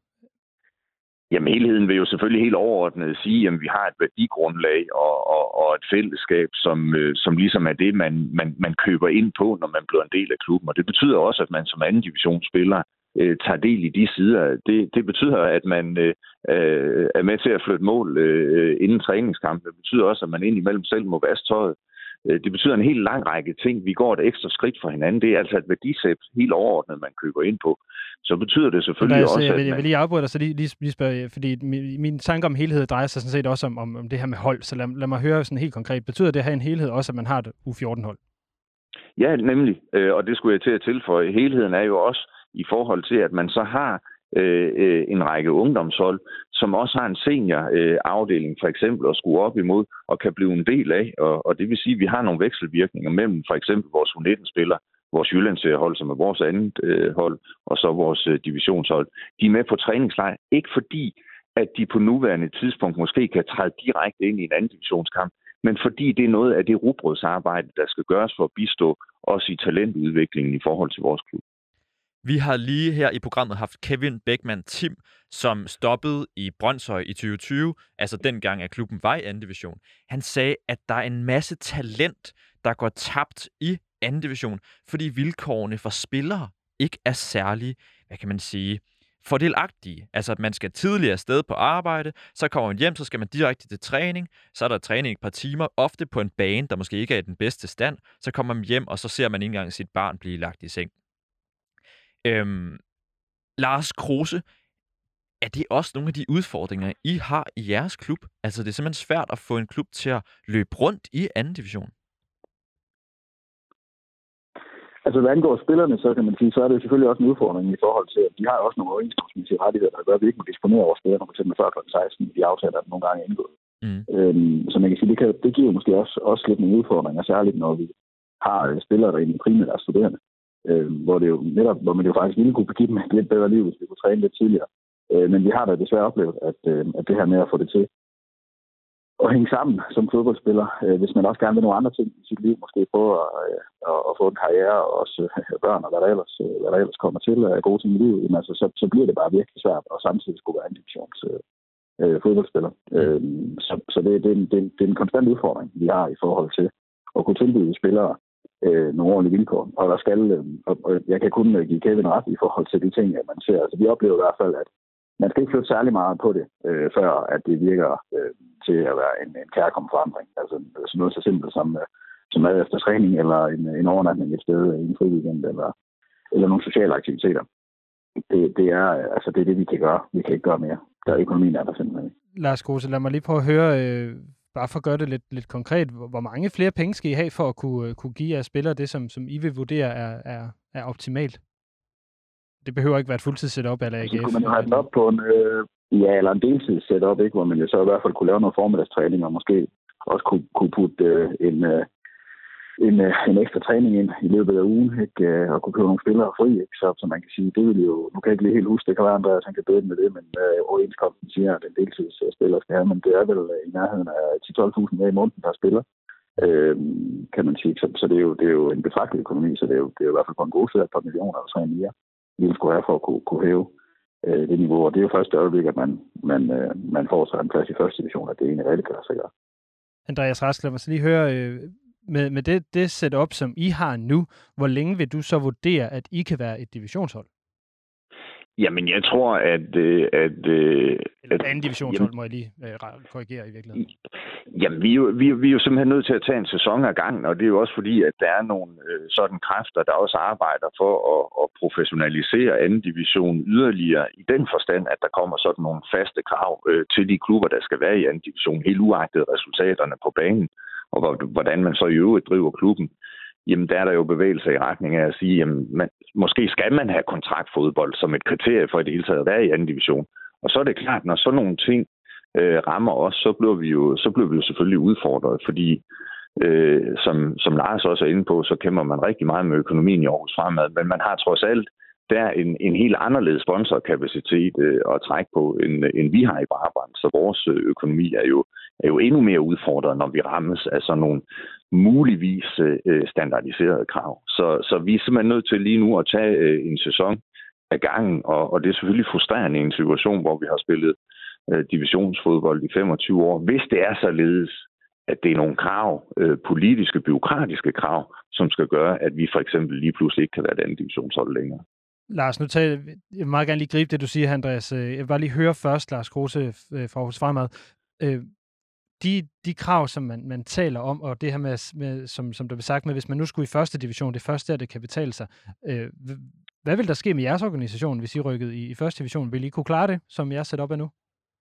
Jamen, helheden vil jo selvfølgelig helt overordnet sige, at vi har et værdigrundlag og et fællesskab, som ligesom er det, man køber ind på, når man bliver en del af klubben. Og det betyder også, at man som anden divisionsspiller tager del i de sider. Det betyder, at man er med til at flytte mål inden træningskampen. Det betyder også, at man indimellem selv må vaske tøjet. Det betyder en helt lang række ting. Vi går et ekstra skridt for hinanden. Det er altså et værdisæt helt overordnet, man køber ind på. Så betyder det selvfølgelig også, at jeg vil lige afbryde dig, så lige spørge, fordi min tanke om helhed drejer sig sådan set også om det her med hold. Så lad mig høre sådan helt konkret. Betyder det at have en helhed også, at man har et U14-hold? Ja, nemlig. Og det skulle jeg til at tilføje. Helheden er jo også i forhold til, at man så har en række ungdomshold, som også har en seniorafdeling for eksempel at skrue op imod og kan blive en del af. Og det vil sige, at vi har nogle vekselvirkninger mellem for eksempel vores U19-spillere, vores Jyllandsseriehold, som er vores andet hold, og så vores divisionshold. De er med på træningslejr, ikke fordi, at de på nuværende tidspunkt måske kan træde direkte ind i en anden divisionskamp, men fordi det er noget af det rugbrødsarbejde, der skal gøres for at bistå os i talentudviklingen i forhold til vores klub. Vi har lige her i programmet haft Kevin Beckmann Tim, som stoppede i Brønshøj i 2020, altså dengang, at klubben var i anden division. Han sagde, at der er en masse talent, der går tabt i anden division, fordi vilkårene for spillere ikke er særlig, hvad kan man sige, fordelagtige. Altså, at man skal tidligere afsted på arbejde, så kommer man hjem, så skal man direkte til træning, så er der træning et par timer, ofte på en bane, der måske ikke er i den bedste stand, så kommer man hjem, og så ser man ikke engang sit barn blive lagt i seng. Lars Kruse, er det også nogle af de udfordringer, I har i jeres klub? Altså, det er simpelthen svært at få en klub til at løbe rundt i anden division. Altså, hvad angår spillerne, så kan man sige, så er det selvfølgelig også en udfordring i forhold til, at de har også nogle overenskomstmæssige rettigheder, der gør, at vi ikke må disponere over spillerne, for eksempel før kl. 16, de aftaler, der nogle gange er indgået. Så man kan sige, det giver måske også lidt nogle udfordringer, særligt når vi har spillere, der egentlig primært er studerende. Hvor man jo faktisk ville kunne give dem et lidt bedre liv, hvis vi kunne træne lidt tidligere. Men vi har da desværre oplevet, at det her med at få det til at hænge sammen som fodboldspiller, hvis man også gerne vil nogle andre ting i sit liv, måske prøve at få en karriere og også børn og hvad der ellers kommer til af gode ting i livet, altså, så bliver det bare virkelig svært at samtidig skulle være en divisions fodboldspiller. Så det er en konstant udfordring, vi har i forhold til at kunne tilbyde spillere nogle ordentlige vilkår. Og der skal, og jeg kan kun give Kevin ret i forhold til de ting, at man ser. Altså, vi oplever i hvert fald, at man skal ikke flytte særlig meget på det, før at det virker til at være en kærkommen forandring. Altså sådan noget så simpelt som mad efter træning, eller en overnatning et sted i en fri weekend, eller nogle sociale aktiviteter. Det er det, vi kan gøre. Vi kan ikke gøre mere. Der er økonomien der simpelthen. Lars Kruse, lad mig lige prøve at høre, bare for at gøre det lidt konkret, hvor mange flere penge skal I have for at kunne give jeres spillere det, som I vil vurdere er optimalt? Det behøver ikke være et fuldtids-setup eller AGF. Så kunne man jo have den op på eller en deltids-setup, ikke, hvor man jo så i hvert fald kunne lave noget formiddagstræning, og måske også kunne putte en ekstra træning ind i løbet af ugen, ikke, og kunne købe nogle spillere fri, ikke, så man kan sige, det vil jo, nu kan jeg ikke lige helt huske, det kan være, Andreas, han kan bøde med det, men overenskomsten siger, at den deltidsspiller skal have, men det er vel i nærheden af 10-12.000 mere i måneden, der spiller, kan man sige. Så det er jo en betragtelig økonomi, så det er jo i hvert fald på en god side af et par millioner eller 3 mere, vi skulle have for at kunne hæve det niveau, og det er jo første øjeblik, at man får sig en plads i første division, at det egentlig rigtig kan lade sig gøre. Andreas Rask, lad mig så lige høre, med det setup, som I har nu, hvor længe vil du så vurdere, at I kan være et divisionshold? Jamen, jeg tror, eller anden divisionshold, må jeg lige korrigere i virkeligheden. Jamen, vi er jo simpelthen nødt til at tage en sæson ad gangen, og det er jo også fordi, at der er nogle sådan kræfter, der også arbejder for at professionalisere anden division yderligere, i den forstand, at der kommer sådan nogle faste krav til de klubber, der skal være i anden division, helt uagtet resultaterne på banen, og hvordan man så i øvrigt driver klubben. Jamen, der er der jo bevægelser i retning af at sige, jamen, måske skal man have kontraktfodbold som et kriterie for i det hele taget at være i anden division. Og så er det klart, når sådan nogle ting rammer os, så bliver vi jo selvfølgelig udfordret, fordi som Lars også er inde på, så kæmper man rigtig meget med økonomien i Aarhus Fremad, men man har trods alt der en helt anderledes sponsorkapacitet at trække på, end vi har i Brabrand. Så vores økonomi er jo endnu mere udfordret, når vi rammes af sådan nogle muligvis standardiserede krav. Så vi er simpelthen nødt til lige nu at tage en sæson af gangen, og det er selvfølgelig frustrerende i en situation, hvor vi har spillet divisionsfodbold i 25 år. Hvis det er således, at det er nogle krav, politiske, byråkratiske krav, som skal gøre, at vi for eksempel lige pludselig ikke kan være et andet divisionshold længere. Lars, jeg vil meget gerne lige gribe det, du siger, Andreas. Jeg vil bare lige høre først, Lars Kruse fra Aarhus Fremad. De krav, som man taler om, og det her med som der blev sagt med, hvis man nu skulle i første division, det første der, det kan betale sig. Hvad vil der ske med jeres organisation, hvis I rykkede i første division? Vil I kunne klare det, som jeg sætter op af nu?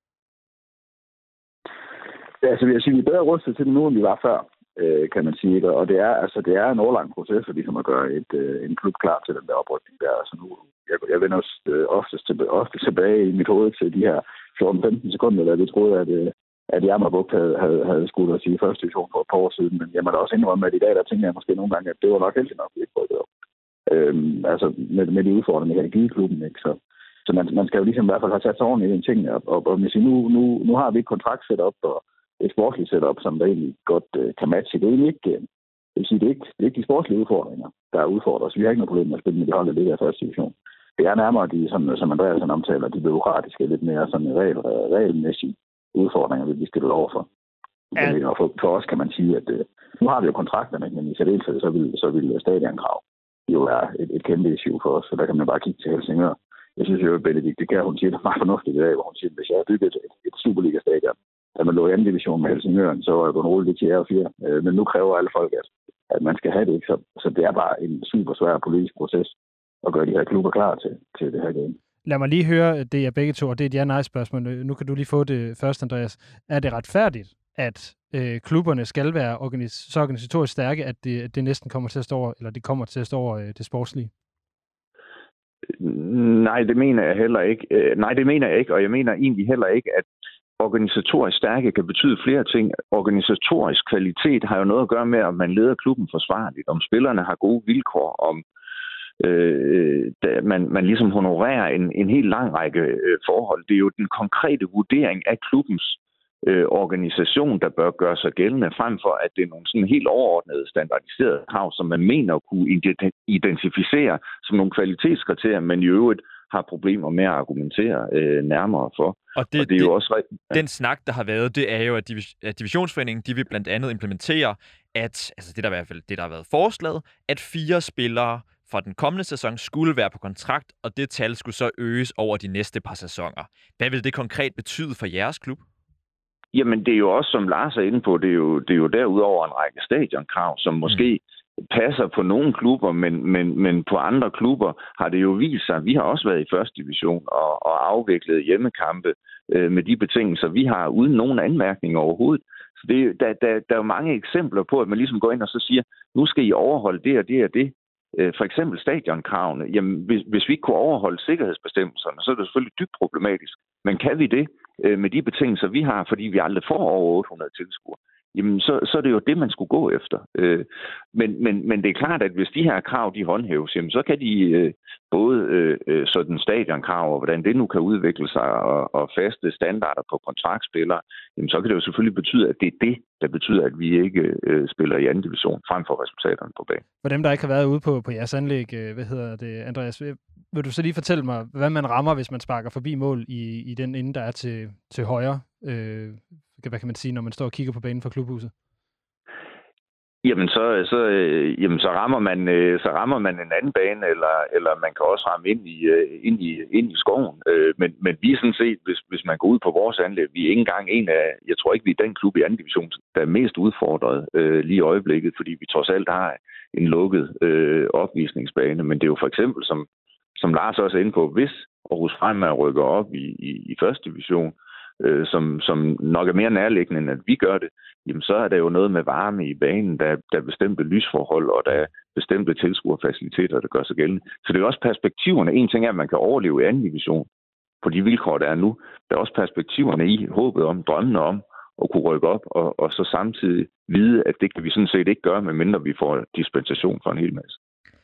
Altså, jeg siger, vi er bedre rustet til det nu, end vi var før, kan man sige. Og det er en årlang proces, for ligesom at gøre en klub klar til den der oprykning der. Altså nu, jeg vender ofte tilbage i mit hoved til de her 14-15 sekunder, da vi troede, at Jammerbugt havde skudt os i første division for et par år siden. Men jeg må da også indrømme, at i dag, der tænker jeg måske nogle gange, at det var nok heldigt nok, at vi ikke prøvede det op. Altså med de udfordringer, jeg har givet klubben, ikke? Så man skal jo ligesom i hvert fald have sat sig ordentligt i en ting, og hvis nu har vi et kontraktsetup og et sportsligt setup, som der egentlig godt kan matche. Det er egentlig ikke, det er ikke de sportslige udfordringer, der er udfordret. Så vi har ikke noget problem med at spille med de hold, der ligger i første division. det er nærmere de, som Andreas omtaler, de bureaukratiske, lidt mere sådan regelmæssige udfordringer, vi bliver stillet overfor. Ja. Og for os kan man sige, at nu har vi jo kontrakterne, men i særdeleshed så vil stadionkrav jo være et kæmpe issue for os, så der kan man bare kigge til Helsingør. Jeg synes jo, at Benedikt, det kan hun sige, det er meget fornuftigt i dag, hvor hun siger, at hvis jeg har bygget et Superliga-stadion, da man lå i anden division med Helsingør, så var jeg gået roligt til R4. Men nu kræver alle folk, at man skal have det, ikke? Så det er bare en super svær politisk proces at gøre de her klubber klar til det her game. Lad mig lige høre det er begge to, og det er et ja-nej-spørgsmål. Nu kan du lige få det først, Andreas. Er det retfærdigt, at klubberne skal være så organisatorisk stærke, at det næsten kommer til at stå over, eller de kommer til at stå over det sportslige? Nej, det mener jeg heller ikke. Og jeg mener egentlig heller ikke, at organisatorisk stærke kan betyde flere ting. Organisatorisk kvalitet har jo noget at gøre med, om man leder klubben forsvarligt, om spillerne har gode vilkår, om man ligesom honorerer en helt lang række forhold. Det er jo den konkrete vurdering af klubbens organisation, der bør gøre sig gældende, frem for at det er nogle sådan helt overordnede standardiserede krav, som man mener at kunne identificere som nogle kvalitetskriterier, men i øvrigt har problemer med at argumentere nærmere for. Og det er jo også den snak, der har været, det er jo, at Divisionsforeningen, de vil blandt andet implementere, at, altså det der i hvert fald det, der har været foreslået, at 4 spillere fra den kommende sæson skulle være på kontrakt, og det tal skulle så øges over de næste par sæsoner. Hvad vil det konkret betyde for jeres klub? Jamen, det er jo også, som Lars er inde på, det er jo derudover en række stadionkrav, som måske passer på nogle klubber, men på andre klubber har det jo vist sig, vi har også været i første division og afviklet hjemmekampe med de betingelser, vi har, uden nogen anmærkning overhovedet. Så der er jo mange eksempler på, at man ligesom går ind og så siger, nu skal I overholde det og det og det. For eksempel stadionkravene. Jamen, hvis vi ikke kunne overholde sikkerhedsbestemmelserne, så er det selvfølgelig dybt problematisk. Men kan vi det med de betingelser, vi har, fordi vi aldrig får over 800 tilskuere, jamen så er det jo det, man skulle gå efter. Men det er klart, at hvis de her krav, de håndhæves, jamen, så kan de både sådan stadionkrav, og hvordan det nu kan udvikle sig, og faste standarder på kontraktspillere, jamen, så kan det jo selvfølgelig betyde, at det er det, der betyder, at vi ikke spiller i anden division, frem for resultaterne på banen. For dem, der ikke har været ude på jeres anlæg, Andreas, vil du så lige fortælle mig, hvad man rammer, hvis man sparker forbi mål i den ende, der er til højre? Hvad kan man sige, når man står og kigger på banen for klubhuset? Jamen så rammer man en anden bane, eller man kan også ramme ind i skoven. Men vi er sådan set, hvis man går ud på vores anlæg, vi er ikke engang jeg tror ikke, vi er den klub i anden division, der er mest udfordret lige i øjeblikket, fordi vi trods alt har en lukket opvisningsbane. Men det er jo for eksempel, som Lars også er inde på, hvis Aarhus Fremad rykker op i første division, som nok er mere nærliggende, end at vi gør det, jamen så er der jo noget med varme i banen, der er bestemte lysforhold, og der er bestemte tilskuerfaciliteter, der gør sig gældende. Så det er også perspektiverne. En ting er, at man kan overleve i anden division på de vilkår, der er nu. Der er også perspektiverne i håbet om, drømmene om at kunne rykke op, og så samtidig vide, at det kan vi sådan set ikke gøre, medmindre vi får dispensation for en hel masse.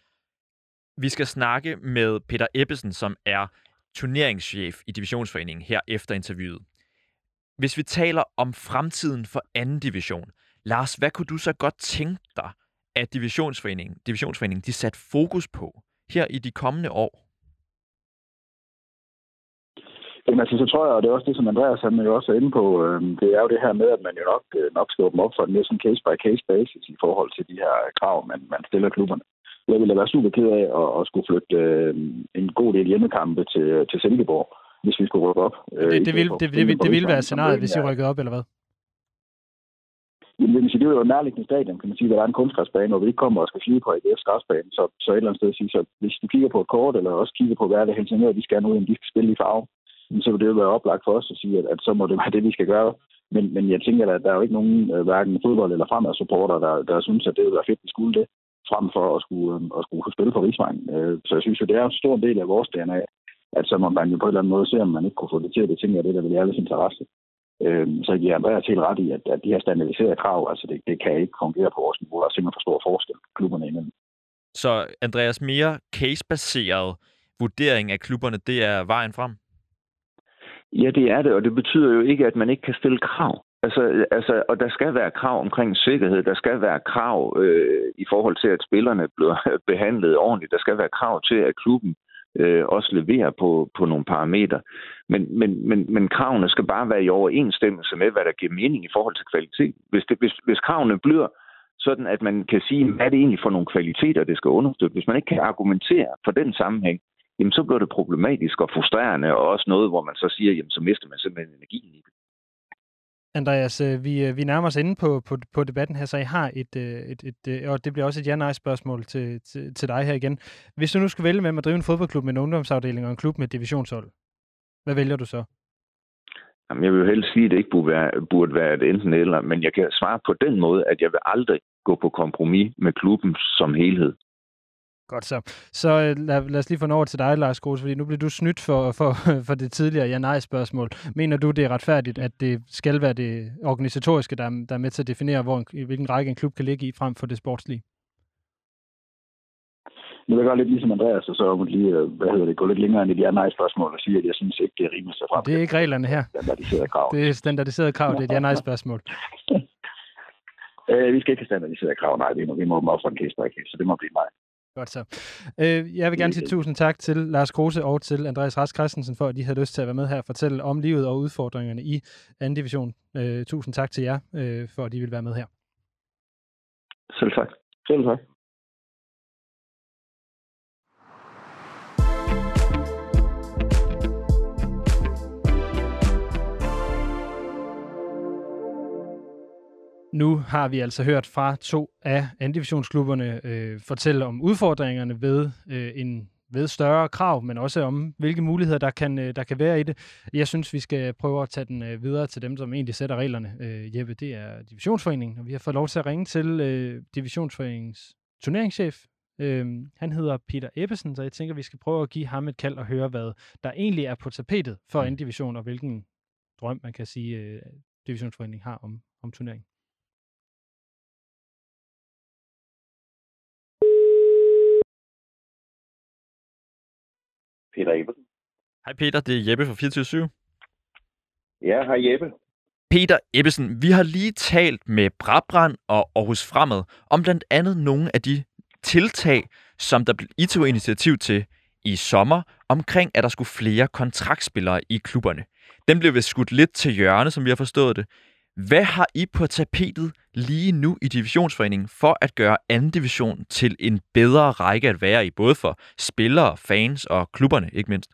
Vi skal snakke med Peter Ebbesen, som er turneringschef i Divisionsforeningen her efter interviewet. Hvis vi taler om fremtiden for anden division, Lars, hvad kunne du så godt tænke dig, at Divisionsforeningen de satte fokus på her i de kommende år? Jamen, altså, så tror jeg, og det er også det, som Andreas han jo også er inde på, det er jo det her med, at man jo nok skal åbne op for en mere sådan case-by-case basis i forhold til de her krav, man stiller klubberne. Jeg ville da være super ked af at skulle flytte en god del hjemmekampe til Silkeborg, hvis vi skulle rykke op. Det ville være scenariet, hvis I rykkede op, eller hvad? Jamen, det er jo et nærliggende stadion, kan man sige, der er en kunstgræsbane, hvor vi ikke kommer og skal flyve på AGF's græsbane. Så et eller andet sted at sige, så hvis du kigger på et kort, eller også kigger på, hvad er det Helsingør, de skal nu, om de skal spille i farve, så vil det jo være oplagt for os at sige, at så må det være det, vi skal gøre. Men jeg tænker, at der er jo ikke nogen, hverken fodbold eller fremad-supporter, der synes, at det vil være fedt, at vi skulle det, frem for at skulle spille på Rigsvejen. Så jeg synes jo, det er en stor del af vores DNA, at så må man jo på en eller anden måde se, om man ikke kunne få det til. Det tænker jeg, det der vil i alles interesse. Så giver Andreas helt ret i, at de her standardiserede krav, altså det kan ikke fungere på vores niveau. Der er simpelthen for stor forskel klubberne imellem. Så Andreas, mere case-baseret vurdering af klubberne, det er vejen frem? Ja, det er det, og det betyder jo ikke, at man ikke kan stille krav. Altså, og der skal være krav omkring sikkerhed, der skal være krav i forhold til, at spillerne bliver behandlet ordentligt, der skal være krav til, at klubben også levere på nogle parametre. Men kravene skal bare være i overensstemmelse med, hvad der giver mening i forhold til kvalitet. Hvis kravene bliver sådan, at man kan sige, hvad er det egentlig for nogle kvaliteter, det skal understøtte. Hvis man ikke kan argumentere for den sammenhæng, jamen så bliver det problematisk og frustrerende, og også noget, hvor man så siger, jamen så mister man simpelthen energien i det. Andreas, vi nærmer os inde på debatten her, så I har og det bliver også et ja-nej-spørgsmål til dig her igen. Hvis du nu skal vælge mellem at drive en fodboldklub med en ungdomsafdeling og en klub med et divisionshold, hvad vælger du så? Jamen, jeg vil jo helst sige, at det ikke burde være et enten eller, men jeg kan svare på den måde, at jeg vil aldrig gå på kompromis med klubben som helhed. Godt så. Så lad os lige få over til dig, Lars Grose, fordi nu bliver du snydt for det tidligere ja-nej-spørgsmål. Mener du, det er retfærdigt, at det skal være det organisatoriske, der er med til at definere, hvilken række en klub kan ligge i, frem for det sportslige? Nu vil jeg gøre lidt ligesom Andreas, og så må lige, gå lidt længere end et ja-nej-spørgsmål og sige, at jeg synes ikke, det er rimeligt sig frem. Det er ikke reglerne her. Standardiserede krav. Det er standardiseret krav, det er et ja-nej-spørgsmål. Vi skal ikke have standardiseret krav, nej, vi må op for en case by case, så det må blive mig. Godt så. Jeg vil gerne sige tusind tak til Lars Grose og til Andreas Rask Christensen for, at de havde lyst til at være med her og fortælle om livet og udfordringerne i anden division. Tusind tak til jer, for at de vil være med her. Selv tak. Selv tak. Nu har vi altså hørt fra 2 af andendivisionsklubberne fortælle om udfordringerne ved større krav, men også om, hvilke muligheder der kan være i det. Jeg synes, vi skal prøve at tage den videre til dem, som egentlig sætter reglerne. Jeppe, det er Divisionsforeningen, og vi har fået lov til at ringe til Divisionsforeningens turneringschef. Han hedder Peter Ebbesen, så jeg tænker, vi skal prøve at give ham et kald og høre, hvad der egentlig er på tapetet for anden division, og hvilken drøm, man kan sige, Divisionsforeningen har om turneringen. Peter Ebbesen. Hej Peter, det er Jeppe fra 24/7. Ja, hej Jeppe. Peter Ebbesen, vi har lige talt med Brabrand og Aarhus Fremad om blandt andet nogle af de tiltag, som der I tog initiativ til i sommer, omkring at der skulle flere kontraktspillere i klubberne. Den blev vist skudt lidt til hjørne, som vi har forstået det. Hvad har I på tapetet lige nu i Divisionsforeningen for at gøre anden division til en bedre række at være i, både for spillere, fans og klubberne, ikke mindst?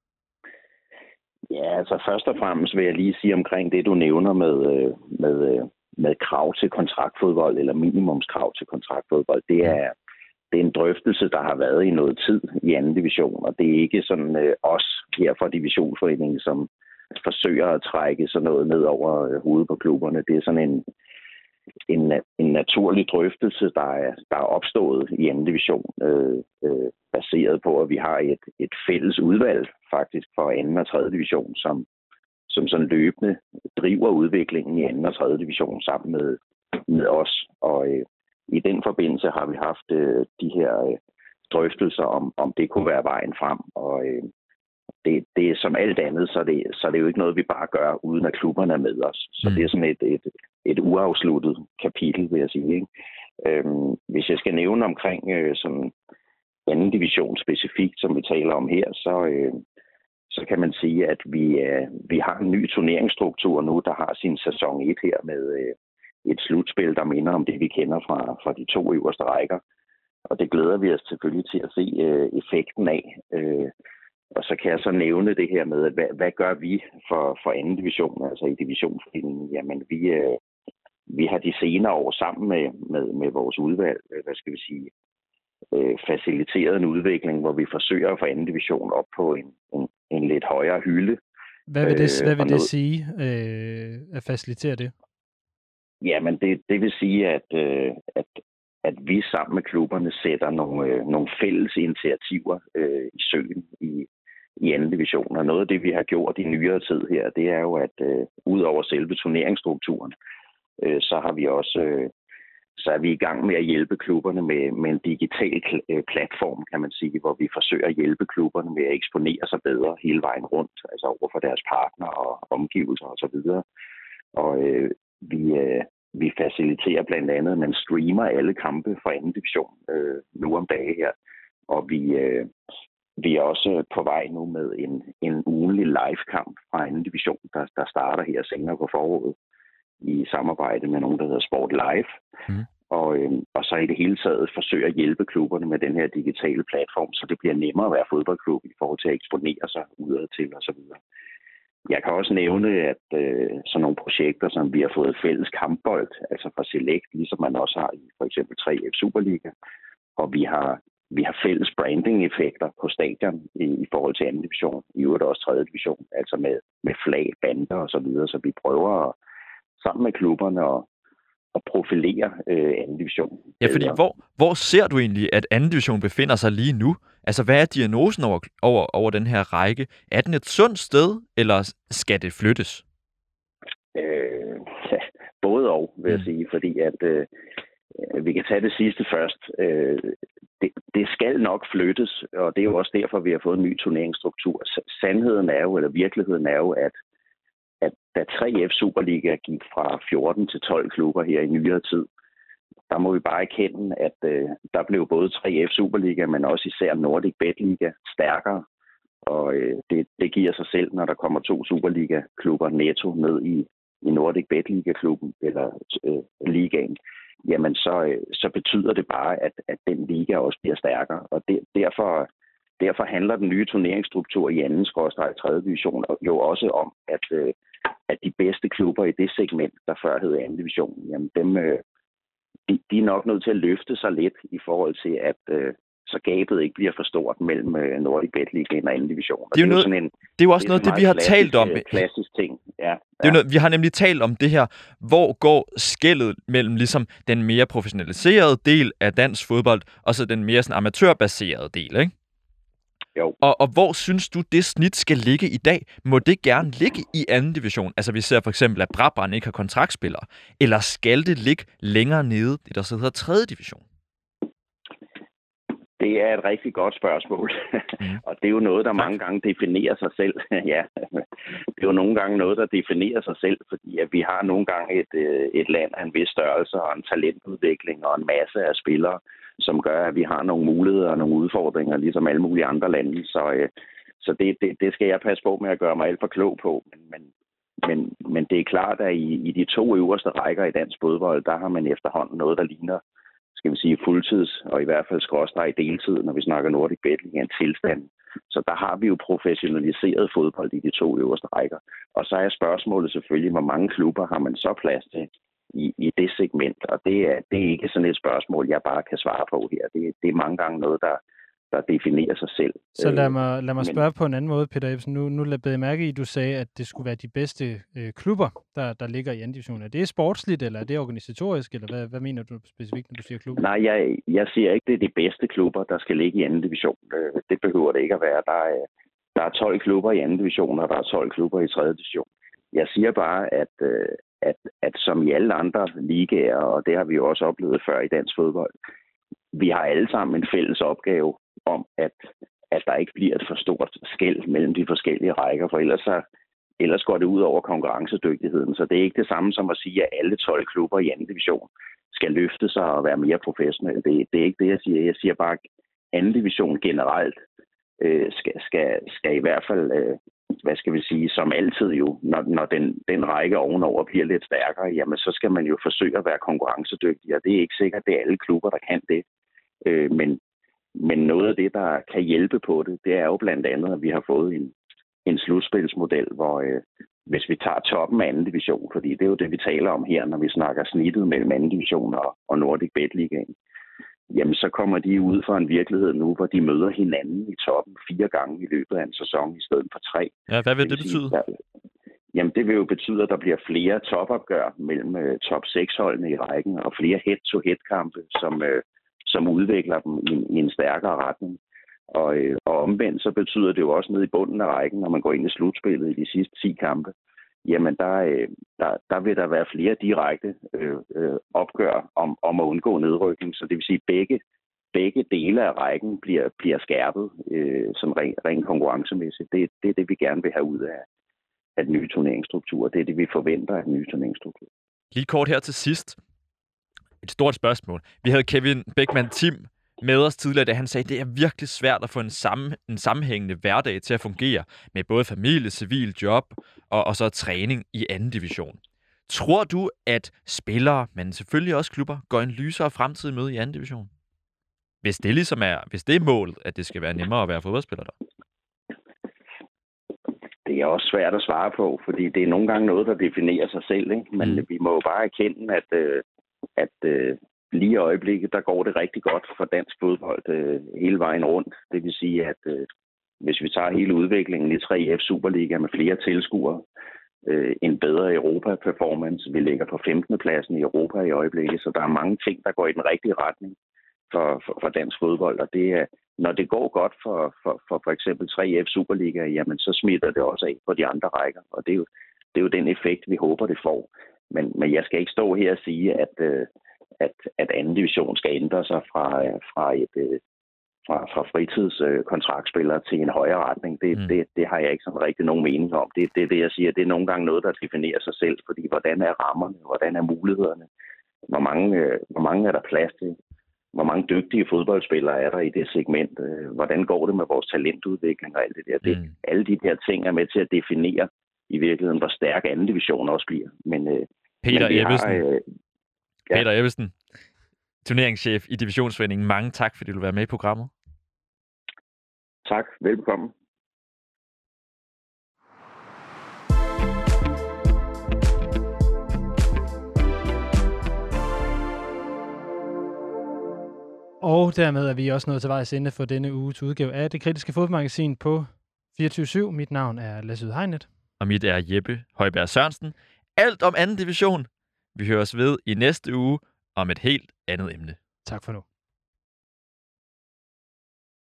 Ja, altså først og fremmest vil jeg lige sige omkring det, du nævner med krav til kontraktfodbold, eller minimumskrav til kontraktfodbold. Det er en drøftelse, der har været i noget tid i anden division, og det er ikke sådan os her fra Divisionsforeningen, som forsøger at trække sådan noget ned over hovedet på klubberne. Det er sådan en naturlig drøftelse, der er opstået i anden division, baseret på, at vi har et fælles udvalg faktisk for anden og tredje division, som sådan løbende driver udviklingen i anden og tredje division sammen med os. Og i den forbindelse har vi haft de her drøftelser om det kunne være vejen frem. Og det er som alt andet, så er det jo ikke noget, vi bare gør, uden at klubberne er med os. Så det er sådan et uafsluttet kapitel, vil jeg sige. Ikke? Hvis jeg skal nævne omkring sådan anden division specifikt, som vi taler om her, så kan man sige, at vi har en ny turneringsstruktur nu, der har sin sæson 1 her med et slutspil, der minder om det, vi kender fra de 2 øverste rækker. Og det glæder vi os selvfølgelig til at se effekten af. Og så kan jeg så nævne det her med, hvad gør vi for anden division, altså i divisionsforeningen? Jamen, vi har de senere år sammen med vores udvalg, faciliteret en udvikling, hvor vi forsøger at få anden division op på en lidt højere hylde. Hvad vil det sige, at facilitere det? Jamen, det vil sige, at vi sammen med klubberne sætter nogle fælles initiativer i søen i anden division. Og noget af det, vi har gjort i nyere tid her, det er jo, at ud over selve turneringsstrukturen, så har vi også så er vi i gang med at hjælpe klubberne med en digital platform, kan man sige, hvor vi forsøger at hjælpe klubberne med at eksponere sig bedre hele vejen rundt, altså over for deres partner og omgivelser osv. Og vi faciliterer blandt andet, at man streamer alle kampe fra anden division nu om dagen her. Og vi er også på vej nu med en ugenlig live-kamp fra anden division, der starter her senere på foråret i samarbejde med nogen, der hedder Sport Live. Mm. Og så i det hele taget forsøge at hjælpe klubberne med den her digitale platform, så det bliver nemmere at være fodboldklub i forhold til at eksponere sig udad til osv. Jeg kan også nævne, at sådan nogle projekter, som vi har fået fælles kampbold, altså fra Select, ligesom man også har i for eksempel 3F Superliga, og vi har fælles branding-effekter på stadion i forhold til anden division, i øvrigt også tredje division, altså med flag, bander og så videre, så vi prøver sammen med klubberne at profilere anden division. Ja, fordi hvor ser du egentlig, at anden division befinder sig lige nu? Altså, hvad er diagnosen over den her række? Er den et sundt sted, eller skal det flyttes? Både og, vil jeg sige, fordi at vi kan tage det sidste først. Det skal nok flyttes, og det er jo også derfor, vi har fået en ny turneringsstruktur. Sandheden er jo, eller virkeligheden er jo, at da 3F Superliga gik fra 14 til 12 klubber her i nyere tid, der må vi bare erkende, at der blev både 3F Superliga, men også især Nordic Bet Liga stærkere. Og det giver sig selv, når der kommer 2 Superliga-klubber netto ned i Nordic Bet Liga-klubben, eller ligaen. Jamen så betyder det bare, at den liga også bliver stærkere. Og derfor handler den nye turneringsstruktur i anden / tredje division jo også om, at de bedste klubber i det segment, der før hed anden division, jamen dem, de er nok nødt til at løfte sig lidt i forhold til, at så gabet ikke bliver for stort mellem Nordic Bet Ligaen og anden division. Det er jo også noget, det vi har talt om. Klassisk ting, ja. Det er noget, vi har nemlig talt om det her. Hvor går skellet mellem ligesom den mere professionaliserede del af dansk fodbold, og så den mere sådan amatørbaserede del, ikke? Jo. Og hvor synes du, det snit skal ligge i dag? Må det gerne ligge i anden division? Altså vi ser for eksempel, at Brabrand ikke har kontraktspillere. Eller skal det ligge længere nede, det der så hedder tredje division? Det er et rigtig godt spørgsmål. Og det er jo noget, der mange gange definerer sig selv. Ja, det er jo nogle gange noget, der definerer sig selv, fordi at vi har nogle gange et land af en vis størrelse og en talentudvikling og en masse af spillere, som gør, at vi har nogle muligheder og nogle udfordringer, ligesom alle mulige andre lande. Så det skal jeg passe på med at gøre mig alt for klog på. Men det er klart, at i de 2 øverste rækker i dansk fodbold, der har man efterhånden noget, der ligner, skal vi sige, fuldtids, og i hvert fald skråstreg deltid, når vi snakker Nordic Bet Ligaen tilstand. Så der har vi jo professionaliseret fodbold i de 2 øverste rækker. Og så er spørgsmålet selvfølgelig, hvor mange klubber har man så plads til i det segment, og det er ikke sådan et spørgsmål, jeg bare kan svare på her. Det er mange gange noget, der definerer sig selv. Så lad mig spørge på en anden måde, Peter Ebbesen. Nu bed jeg mærke i, at du sagde, at det skulle være de bedste klubber, der ligger i anden division. Er det sportsligt, eller er det organisatorisk, eller hvad mener du specifikt, når du siger klubber? Nej, jeg siger ikke, det er de bedste klubber, der skal ligge i anden division. Det behøver det ikke at være. Der er 12 klubber i anden division, og der er 12 klubber i tredje division. Jeg siger bare, at som i alle andre ligaer, og det har vi jo også oplevet før i dansk fodbold, vi har alle sammen en fælles opgave om, at der ikke bliver et for stort skel mellem de forskellige rækker, for ellers går det ud over konkurrencedygtigheden. Så det er ikke det samme som at sige, at alle 12 klubber i anden division skal løfte sig og være mere professionelle. Det er ikke det, jeg siger. Jeg siger bare, at anden division generelt skal i hvert fald, hvad skal vi sige, som altid jo, når den række ovenover bliver lidt stærkere, jamen så skal man jo forsøge at være konkurrencedygtig, og det er ikke sikkert, at det er alle klubber, der kan det. Men noget af det, der kan hjælpe på det, det er jo blandt andet, at vi har fået en slutspilsmodel, hvor hvis vi tager toppen af anden division, fordi det er jo det, vi taler om her, når vi snakker snittet mellem anden division og Nordic Bet Ligaen, jamen så kommer de ud fra en virkelighed nu, hvor de møder hinanden i toppen 4 gange i løbet af en sæson, i stedet for 3. Ja, hvad vil det betyde? Jamen det vil jo betyde, at der bliver flere topopgør mellem top 6-holdene i rækken, og flere head-to-head-kampe, som udvikler dem i en stærkere retning. Og omvendt så betyder det jo også ned i bunden af rækken, når man går ind i slutspillet i de sidste 10 kampe, jamen der vil der være flere direkte opgør om at undgå nedrykning. Så det vil sige, at begge dele af rækken bliver skærpet som ren konkurrencemæssigt. Det er det, vi gerne vil have ud af den nye turneringsstruktur. Det er det, vi forventer af den nye turneringsstruktur. Lige kort her til sidst. Et stort spørgsmål. Vi havde Kevin Beckmann Tim med os tidligere, da han sagde, at det er virkelig svært at få en sammenhængende hverdag til at fungere med både familie, civil job og så træning i anden division. Tror du, at spillere, men selvfølgelig også klubber, går en lysere fremtid i møde i anden division? Hvis det er målet, at det skal være nemmere at være fodboldspiller der? Det er også svært at svare på, fordi det er nogle gange noget, der definerer sig selv. Ikke? Men vi må jo bare erkende, at lige i øjeblikket, der går det rigtig godt for dansk fodbold hele vejen rundt. Det vil sige, at hvis vi tager hele udviklingen i 3F Superliga med flere tilskuere, en bedre Europa-performance. Vi ligger på 15. pladsen i Europa i øjeblikket, så der er mange ting, der går i den rigtige retning for dansk fodbold. Og det er, når det går godt for eksempel 3F Superliga, jamen så smitter det også af på de andre rækker. Og det er jo den effekt, vi håber, det får. Men jeg skal ikke stå her og sige, at anden division skal ændre sig fra fritidskontraktspillere til en højere retning. Det har jeg ikke sådan rigtig nogen mening om. Det er det, jeg siger. Det er nogle gange noget, der definerer sig selv, fordi hvordan er rammerne, hvordan er mulighederne, hvor mange er der plads til, hvor mange dygtige fodboldspillere er der i det segment, hvordan går det med vores talentudvikling og alt det der. Alle de der ting er med til at definere i virkeligheden, hvor stærk anden division også bliver. Peter Ebbesen, turneringschef i Divisionsforeningen. Mange tak, fordi du vil være med i programmet. Tak. Velbekomme. Og dermed er vi også nået til vejs ende for denne uges udgave af Det Kritiske Fodboldmagasin på 24/7. Mit navn er Lasse Udhegnet. Og mit er Jeppe Højbjerg Sørensen. Alt om anden division. Vi høres ved i næste uge om et helt andet emne. Tak for nu.